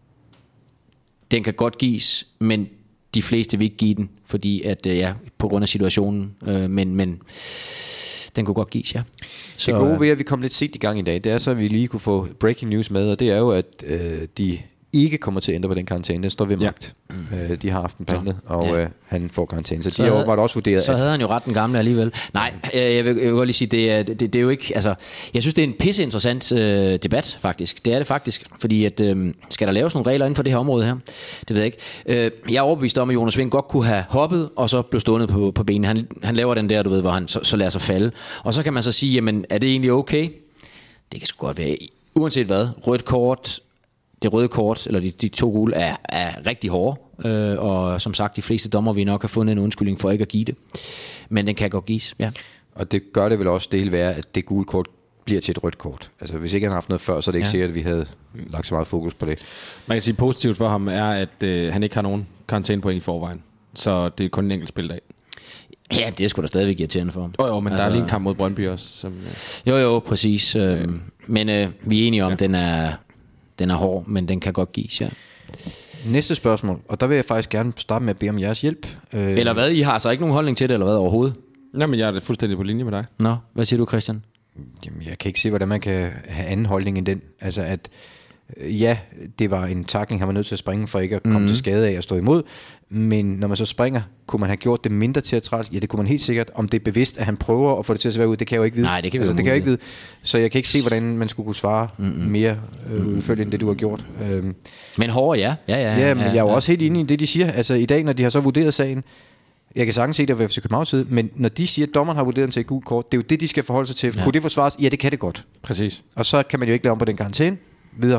den kan godt gives, men de fleste vil ikke give den, fordi at på grund af situationen, men den kunne godt gives, Så, det gode ved, at vi kom lidt sent i gang i dag, det er så, at vi lige kunne få breaking news med, og det er jo, at de ikke kommer til at ændre på den karantæne. Den står ved magt. De har haft en pandet, og han får karantæne. Så de var også vurderet. Så havde han jo ret den gamle alligevel. Nej, jeg vil godt lige sige, det er jo ikke... Altså, jeg synes, det er en pisseinteressant debat, faktisk. Det er det faktisk. Fordi at, skal der laves nogle regler inden for det her område her? Det ved jeg ikke. Jeg er overbevist om, at Jonas Vind godt kunne have hoppet, og så blev stående på benene. Han laver den der, du ved, hvor han så lader sig falde. Og så kan man så sige, jamen, er det egentlig okay? Det kan sgu godt være. Uanset hvad. Rødt kort... Det røde kort, eller de 2 gule, er rigtig hårde. Og som sagt, de fleste dommer vi nok har fundet en undskyldning for ikke at give det. Men den kan godt gives, Og det gør det vel også del være, at det gule kort bliver til et rødt kort. Altså hvis ikke han har haft noget før, så er det ikke sikkert, at vi havde lagt så meget fokus på det. Man kan sige positivt for ham er, at han ikke har nogen karantænepoint i forvejen. Så det er kun en enkelt spildag. Ja, det er sgu da stadigvæk irriterende for ham. Jo, men altså, der er lige en kamp mod Brøndby også. Som, Jo, præcis. Men vi er enige om, den er hård, men den kan godt gives, Næste spørgsmål, og der vil jeg faktisk gerne starte med at bede om jeres hjælp. Eller hvad? I har så ikke nogen holdning til det, eller hvad overhovedet? Jamen, jeg er fuldstændig på linje med dig. Nå, hvad siger du, Christian? Jamen, jeg kan ikke se, hvordan man kan have anden holdning end den. Altså, at Ja, det var en tackling, han var nødt til at springe for ikke at komme til skade af at stå imod. Men når man så springer, kunne man have gjort det mindre teatralt? Ja, det kunne man helt sikkert. Om det er bevidst, at han prøver at få det til at se ud, det kan jeg jo ikke vide. Nej, det kan det kan jeg ikke vide. Så jeg kan ikke se, hvordan man skulle kunne svare mere udførligt end det, du har gjort. Men hårdere, ja. Ja, men jeg er jo også helt enig i det, de siger. Altså i dag, når de har så vurderet sagen, jeg kan sagtens se det ved FC Københavns side, men når de siger, at dommeren har vurderet den til et gult kort, det er jo det, de skal forholde sig til. Ja. Kunne det forsvares? Ja, det kan det godt. Præcis. Og så kan man jo ikke lave om på den karantæne. Videre.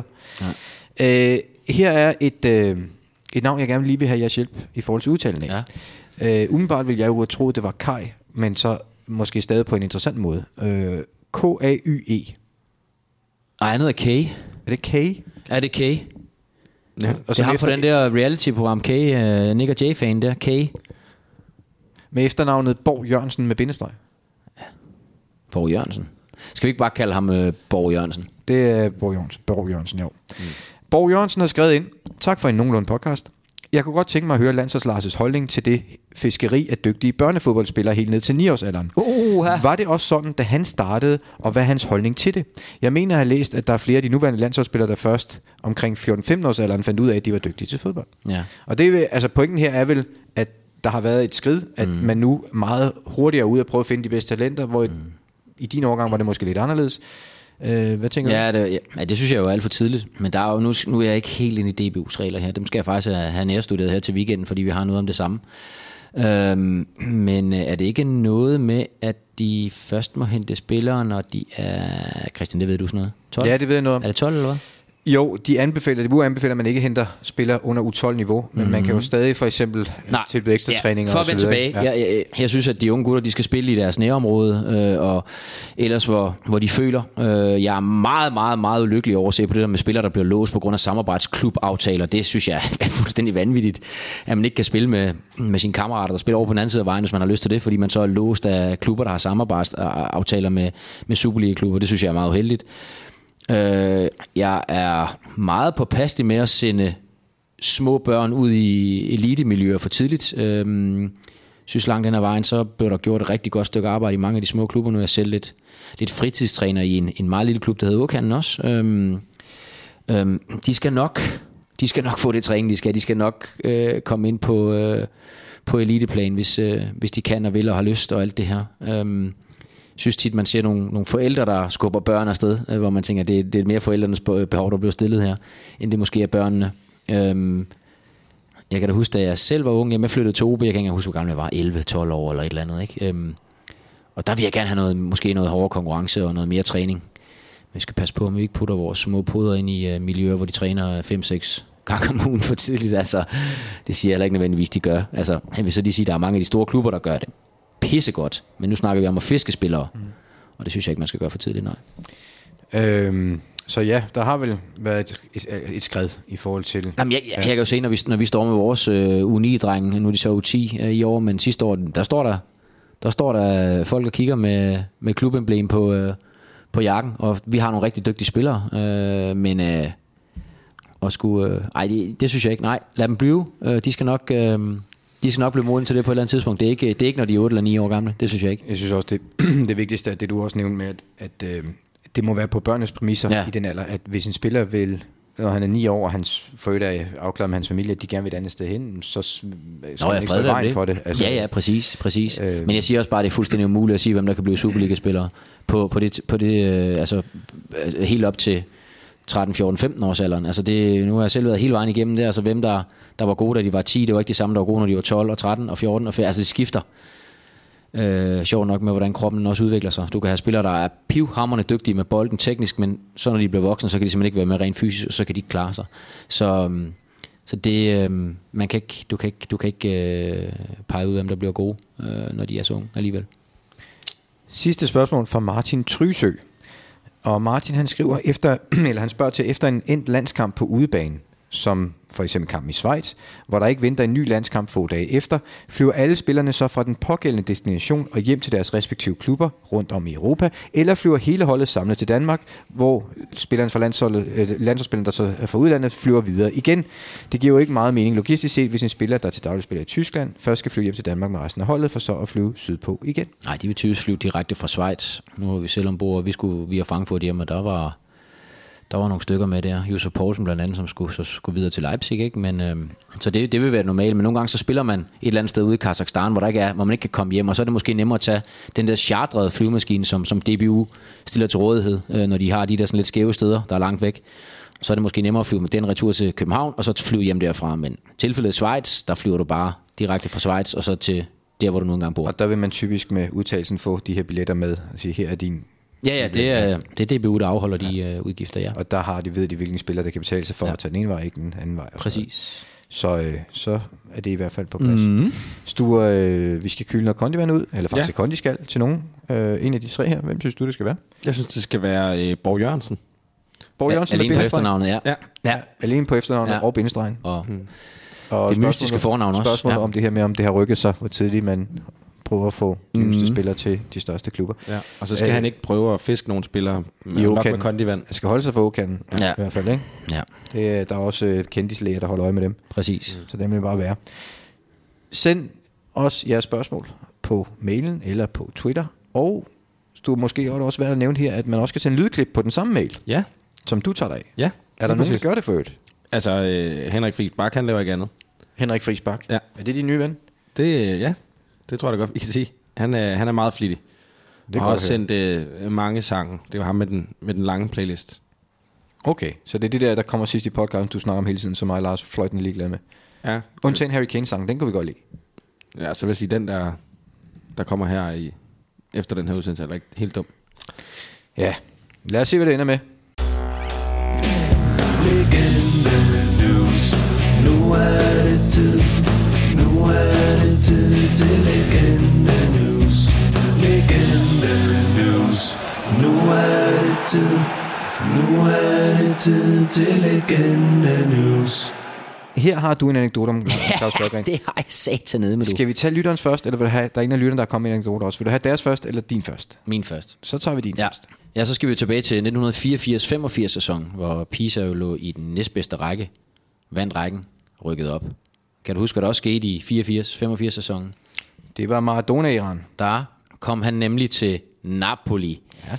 Her er et navn, jeg gerne lige vil have jeres hjælp i forhold til udtalen af. Ja. Umiddelbart vil jeg jo have troet, det var Kai, men så måske stadig på en interessant måde. K-A-Y-E. Ej, han hedder K. Er det K? Er det K? Ja. Og det har på den der reality-program K, Nick og Jay-fan der, K. Med efternavnet Borg Jørgensen med bindestreg. Ja. Borg Jørgensen. Skal vi ikke bare kalde ham Borg Jørgensen? Det er Borg Jørgensen, jo. Borg Jørgensen har skrevet ind. Tak for en nogenlunde podcast. Jeg kunne godt tænke mig at høre Landsholds-Lars' holdning til det fiskeri af dygtige børnefodboldspillere helt ned til 9-årsalderen. Var det også sådan, da han startede, og hvad er hans holdning til det? Jeg mener, at jeg har læst, at der er flere af de nuværende landsholdsspillere, der først omkring 14-15-årsalderen fandt ud af, at de var dygtige til fodbold. Ja. Og det, altså pointen her er vel, at der har været et skridt, at man nu meget hurtigere er ude at prøve at finde de bedste talenter, hvor i din årgang var det måske lidt anderledes. Hvad tænker du? Ja, det synes jeg jo er alt for tidligt. Men der er jo nu er jeg ikke helt inde i DBU's regler her. Dem skal jeg faktisk have nærstuderet her til weekenden, fordi vi har noget om det samme. Men er det ikke noget med, at de først må hente spillere, når de er... Christian, det ved du sådan noget? 12? Ja, det ved jeg noget om. Er det 12 eller hvad? Jo, DBU anbefaler, at man ikke henter spillere under U12-niveau, men man kan jo stadig for eksempel tilbyde ekstra træninger for at vende tilbage. Ja. Jeg synes, at de unge gutter, de skal spille i deres nærområde, og ellers hvor de føler. Jeg er meget, meget, meget ulykkelig over at se på det der med spillere, der bliver låst på grund af samarbejdsklubaftaler. Det synes jeg er fuldstændig vanvittigt, at man ikke kan spille med sine kammerater, der spiller over på den anden side af vejen, hvis man har lyst til det, fordi man så er låst af klubber, der har samarbejdsaftaler med Superliga-klubber. Det synes jeg er meget uheldigt. Jeg er meget påpasselig med at sende små børn ud i elitemiljøer for tidligt. Synes langt den ad vejen, så blev der gjort et rigtig godt stykke arbejde i mange af de små klubber. Nu er jeg selv lidt fritidstræner i en meget lille klub, der hedder Åkanden også. De skal nok få det træning, de skal nok komme ind på eliteplan, hvis de kan og vil og har lyst og alt det her. Jeg synes tit, man ser nogle forældre, der skubber børn afsted, hvor man tænker, det er mere forældrenes behov, der bliver stillet her, end det måske er børnene. Jeg kan da huske, da jeg selv var ung, jeg flyttede til OB, jeg kan ikke huske, hvor gammel jeg var, 11-12 år eller et eller andet. Ikke? Og der vil jeg gerne have måske noget hårdere konkurrence og noget mere træning. Men vi skal passe på, om vi ikke putter vores små poder ind i miljøer, hvor de træner 5-6 gange om ugen for tidligt. Altså, det siger jeg heller ikke nødvendigvis, de gør. Altså, jeg vil så lige sige, at der er mange af de store klubber, der gør det pissegodt, men nu snakker vi om at fiskespillere, og det synes jeg ikke, man skal gøre for tidligt, nej. Så ja, der har vel været et skred i forhold til... Jamen, jeg kan jo se, når vi står med vores U9-drenge, nu er de så U10 i år, men sidste år, der står der folk og kigger med klubemblem på jakken, og vi har nogle rigtig dygtige spillere, men det synes jeg ikke. Nej, lad dem blive. De skal nok blive moden til det på et eller andet tidspunkt. Det er ikke når de er 8 eller 9 år gamle. Det synes jeg ikke. Jeg synes også, det vigtigste er det, du også nævnte med, at det må være på børnenes præmisser i den alder, at hvis en spiller vil, når han er 9 år, og hans forældre er afklaret med hans familie, at de gerne vil et andet sted hen, så skal man ikke stå i vejen for det. Altså, ja, præcis. Men jeg siger også bare, at det er fuldstændig umuligt at sige, hvem der kan blive Superliga-spillere på det altså helt op til 13, 14, 15 års alderen. Altså nu har jeg selv været hele vejen igennem det. Altså hvem der var gode, da de var 10, det var ikke de samme, der var gode, når de var 12 og 13 og 14 og 15. Altså det skifter. Sjovt nok med, hvordan kroppen også udvikler sig. Du kan have spillere, der er pivhamrende dygtige med bolden teknisk, men så når de bliver voksne, så kan de simpelthen ikke være med rent fysisk, og så kan de ikke klare sig. Så det, du kan ikke pege ud, hvem der bliver gode, når de er så unge alligevel. Sidste spørgsmål fra Martin Trysø. Og Martin han skriver han spørger til efter en endt landskamp på udebane, som for eksempel kampen i Schweiz, hvor der ikke venter en ny landskamp få dage efter, flyver alle spillerne så fra den pågældende destination og hjem til deres respektive klubber rundt om i Europa, eller flyver hele holdet samlet til Danmark, hvor spillerne fra landsholdsspillerne, der så er fra udlandet, flyver videre igen. Det giver jo ikke meget mening logistisk set, hvis en spiller, der til daglig spiller i Tyskland, først skal flyve hjem til Danmark med resten af holdet, for så at flyve sydpå igen. Nej, de vil typisk flyve direkte fra Schweiz. Nu er vi selv ombord, vi har Frankfurt hjemme, og Der var nogle stykker med der. Josef Poulsen blandt andet, som skulle videre til Leipzig, ikke? Men, så det vil være normalt. Men nogle gange så spiller man et eller andet sted ude i Kazakhstan, hvor man ikke kan komme hjem, og så er det måske nemmere at tage den der chartrede flyvemaskine, som DBU stiller til rådighed, når de har de der sådan lidt skæve steder, der er langt væk. Så er det måske nemmere at flyve med den retur til København, og så flyve hjem derfra. Men tilfældet Schweiz, der flyver du bare direkte fra Schweiz, og så til der, hvor du nu engang bor. Og der vil man typisk med udtalelsen få de her billetter med, og sige, her er din... Ja, det er DBU, der afholder de udgifter, ja. Og der ved de, hvilken spiller, der kan betale sig for at tage den ene vej, ikke den anden vej. Præcis. Så er det i hvert fald på plads. Mm-hmm. Sture, vi skal kyle noget kondivand ud, eller faktisk kondi skal til nogen. En af de tre her. Hvem synes du, det skal være? Jeg synes, det skal være Borg Jørgensen. Borg Jørgensen alene på efternavnet, ja. Alene på efternavnet og bindestregen. Og det mystiske fornavn også. Spørgsmålet om det her med, om det har rykket sig, hvor tidligt man prøver at få de yngste spillere til de største klubber. Ja. Og så skal han ikke prøve at fiske nogle spillere med kondivand. Han skal holde sig for Åkanden, i hvert fald, ikke? Ja. Der er også kendislæger, der holder øje med dem. Præcis. Så det vil bare være. Send os jeres spørgsmål på mailen eller på Twitter. Og du måske også været nævnt her, at man også skal sende lydklip på den samme mail, som du tager dig af. Ja. Er der nogen, der gør det for øvrigt? Altså, Henrik Friis Bak, han laver ikke andet. Henrik Friis Bak? Ja. Er det din nye ven? Det tror jeg da godt, vi kan sige. Han er meget flittig. Det har også sendt mange sange. Det var ham med den lange playlist. Okay, så det er det der kommer sidst i podcasten, du snakker om hele tiden, som mig og Lars fløjten ligeglad med. Ja. Undtagen Harry Kane-sangen, den kan vi godt lide. Ja, så vil jeg sige, den der kommer her efter den her udsendelse, er ikke helt dum. Ja, lad os se, hvad det ender med. Legende News. Nu er det tid. Nu er det tid til Legende News. Legende News. Nu er det tid. Nu er det tid til Legende News. Her har du en anekdote om Claus Berggren. Det har jeg sat nede med, du. Skal vi tage lytterens først, eller vil du have, der er en af lytterne, der er kommet med en anekdote også. Vil du have deres først, eller din først? Min først. Så tager vi din først. Ja, så skal vi tilbage til 1984-85 sæson, hvor Pisa jo lå i den næstbedste række, vandt rækken, rykket op. Kan du huske, hvad der også skete i 84-85 sæsonen? Det var Maradona-æraen. Der kom han nemlig til Napoli. Ja.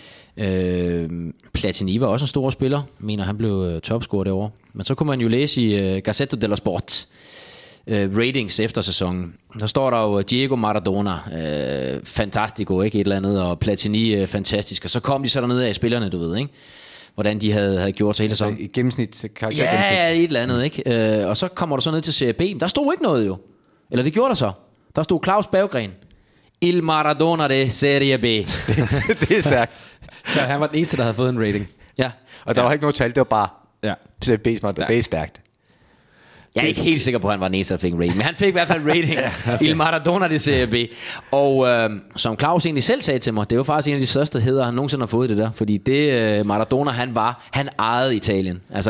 Platini var også en stor spiller, mener han blev topscorer derovre. Men så kunne man jo læse i Gazzetta dello Sport ratings efter sæsonen. Der står der jo Diego Maradona, fantastico, ikke, et eller andet, og Platini, fantastisk. Og så kom de så dernede af spillerne, du ved, ikke? Hvordan de havde gjort sig hele sæsonen. I gennemsnit. Ja, et eller andet, ikke? Og så kommer du så ned til Serie B. Der stod ikke noget jo. Eller det gjorde der så. Der stod Claus Berggren. Il Maradona de Serie B. Det er stærkt. Så han var den eneste, der havde fået en rating. Ja. Og der var ikke noget tal, det var bare Serie B's Maradona. Det er stærkt. Jeg er ikke helt sikker på, at han var den eneste, der fik en rating. Men han fik i hvert fald en rating. Il Maradona de Serie B. Og som Claus egentlig selv sagde til mig, det var faktisk en af de største heder, han nogensinde har fået det der. Fordi det Maradona, han ejede Italien. Altså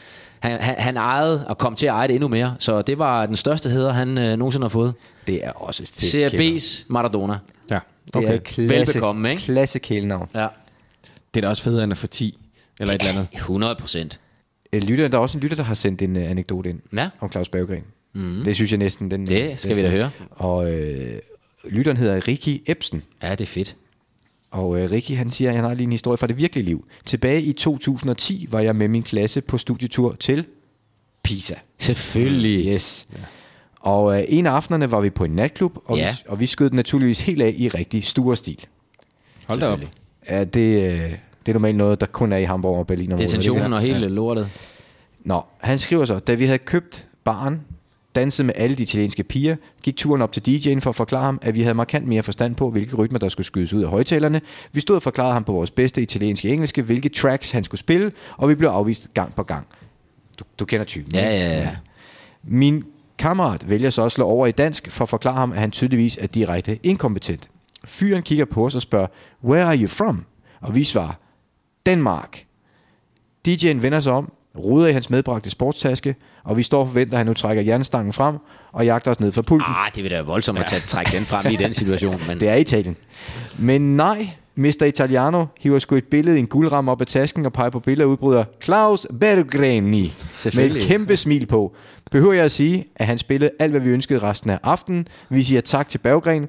han ejede og kom til at eje det endnu mere. Så det var den største heder, han nogensinde har fået. Det er også fedt. Serie B's Maradona. Ja. Okay. Det er velbekomme, ikke? Klasse kælenavn. Ja. Det er da også federe end at få 10 eller et eller andet. 100%. Der er også en lytter, der har sendt en anekdote ind om Claus Berggren. Det synes jeg næsten... Det skal vi da høre. Og lytteren hedder Ricky Ebsen. Ja, det er fedt. Og Ricky, han siger, at han har lige en historie fra det virkelige liv. Tilbage i 2010 var jeg med min klasse på studietur til Pisa. Selvfølgelig. Yes. Ja. Og en af aftenerne var vi på en natklub, og vi skød naturligvis helt af i rigtig stuerstil. Hold da op. Ja, det er normalt noget, der kun er i Hamburg og Berlin. Detentionen og hele lortet. Nå, han skriver så, da vi havde købt baren, danset med alle de italienske piger, gik turen op til DJ'en for at forklare ham, at vi havde markant mere forstand på, hvilke rytmer der skulle skydes ud af højtalerne. Vi stod og forklarede ham på vores bedste italienske engelske, hvilke tracks han skulle spille, og vi blev afvist gang på gang. Du kender typen. Ja. Min kammerat vælger så at slå over i dansk for at forklare ham, at han tydeligvis er direkte inkompetent. Fyren kigger på os og spørger, where are you from? Og vi svarer, Danmark. DJ'en vender sig om, ruder i hans medbragte sportstaske, og vi står og forventer, at han nu trækker jernstangen frem og jagter os ned fra pulten. Det vil da være voldsomt at trække den frem i den situation. Men... Det er Italien. Men nej, Mr. Italiano hiver sgu et billede i en guldramme op af tasken og peger på billedet og udbryder Claus Berggren med et kæmpe smil på. Behøver jeg at sige, at han spillede alt, hvad vi ønskede resten af aftenen. Vi siger tak til Berggren,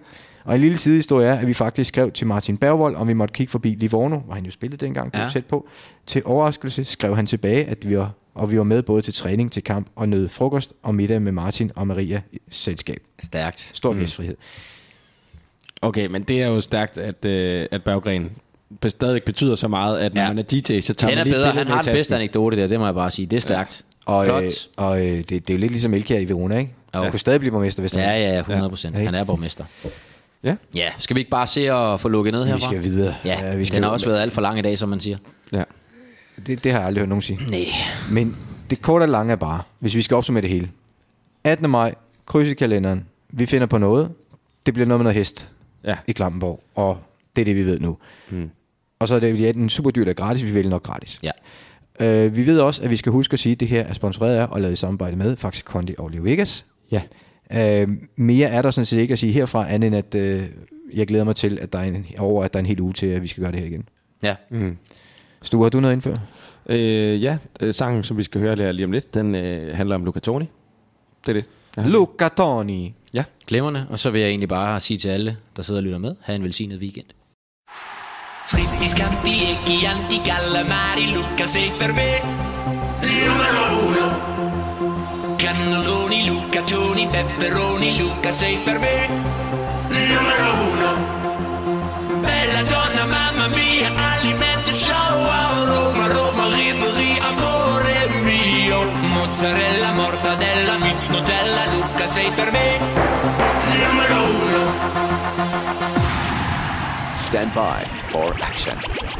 Og en lille sidehistorie er, at vi faktisk skrev til Martin Bergvold, om vi måtte kigge forbi Livorno, hvor han jo spillede dengang, det var tæt på. Til overraskelse skrev han tilbage, at vi var med både til træning, til kamp og nød frokost og middag med Martin og Maria selskab. Stærkt. Stor gæstfrihed. Okay, men det er jo stærkt, at Berggren stadigvæk betyder så meget, at når man er DJ, så tager man lige bedre. Han har den bedste anekdote der, det må jeg bare sige. Det er stærkt. Og det er jo lidt ligesom Elkjær i Verona, ikke? Han kunne stadig blive borgmester, hvis Ja, 100%. Han er borgmester. Ja. Ja, skal vi ikke bare se og få lukket ned herfra? Vi skal videre. Ja, vi skal den har også været alt for lang i dag, som man siger. Ja. Det har jeg aldrig hørt nogen sige. Nej. Men det korte og lange er bare, hvis vi skal opsummere det hele. 18. maj, kryds i kalenderen. Vi finder på noget. Det bliver noget med noget hest i Klampenborg. Og det er det, vi ved nu. Og så er det en super dyrt og gratis. Vi vælger nok gratis. Ja. Vi ved også, at vi skal huske at sige, at det her er sponsoreret af og lavet i samarbejde med Faxe Kondi og Leo Vegas. Ja. Mere er der sådan set ikke at sige herfra, andet end at jeg glæder mig til, at der er en hel uge til, at vi skal gøre det her igen. Ja. Stue, har du noget indfør? Sangen, som vi skal høre her lige om lidt, den handler om Luca Toni. Det er det. Luca Toni. Ja. Glimrende. Og så vil jeg egentlig bare sige til alle, der sidder og lytter med, have en velsignet weekend. Fritti, scampi e chianti, calamari, Luca sei per me numero uno. Cannelloni, Luca Toni, pepperoni, Luca sei per me numero uno. Bella donna, mamma mia, alimenti, ciao, Roma, Roma, Ribéry, amore mio. Mozzarella, mortadella, Nutella, Luca sei per me numero uno. Stand by for action.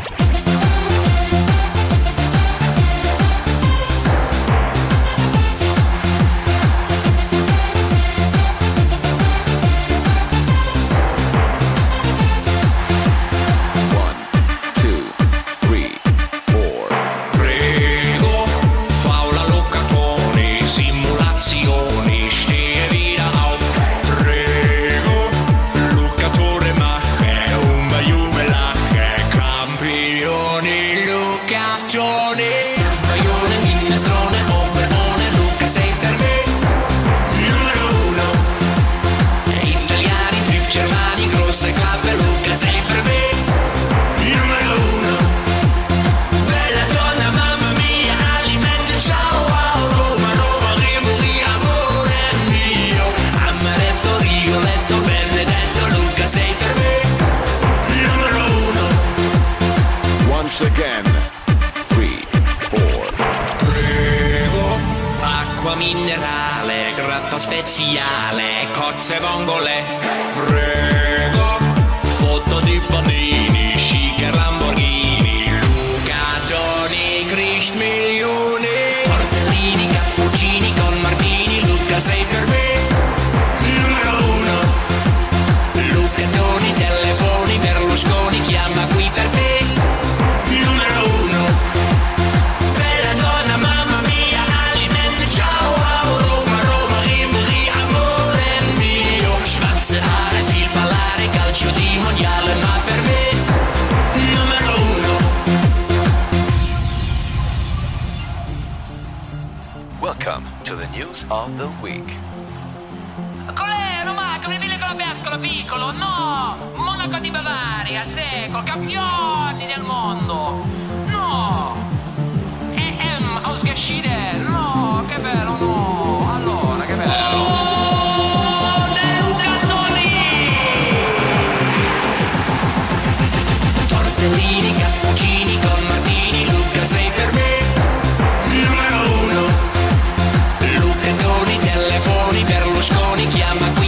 Minerale, grappa speziale, cozze vongole, prego, foto di panini, chic e Lamborghini, Luca Toni, Cristo milioni, tortellini, cappuccini con martini, Luca sei per me numero uno. Luca Toni, telefoni, Berlusconi, chiama qui per me numero uno. Bella donna, mamma mia, alimenti, ciao, Roma, Roma, Ribéry, amore mio. Schwanzerare, fil ballare, calcio di mondiale, ma per me numero uno. Welcome to the news of the week. Colè, Roma, che mi viene con la pescola piccolo, no! Monaco di Bavaria, secolo, campioni del mondo, no! Ausgeschieden, no, che bello, no! Allora, che bello! Luca Toni! Tortellini, cappuccini con martini, Luca sei per me numero uno. Luca Toni, telefoni, Berlusconi, chiama qui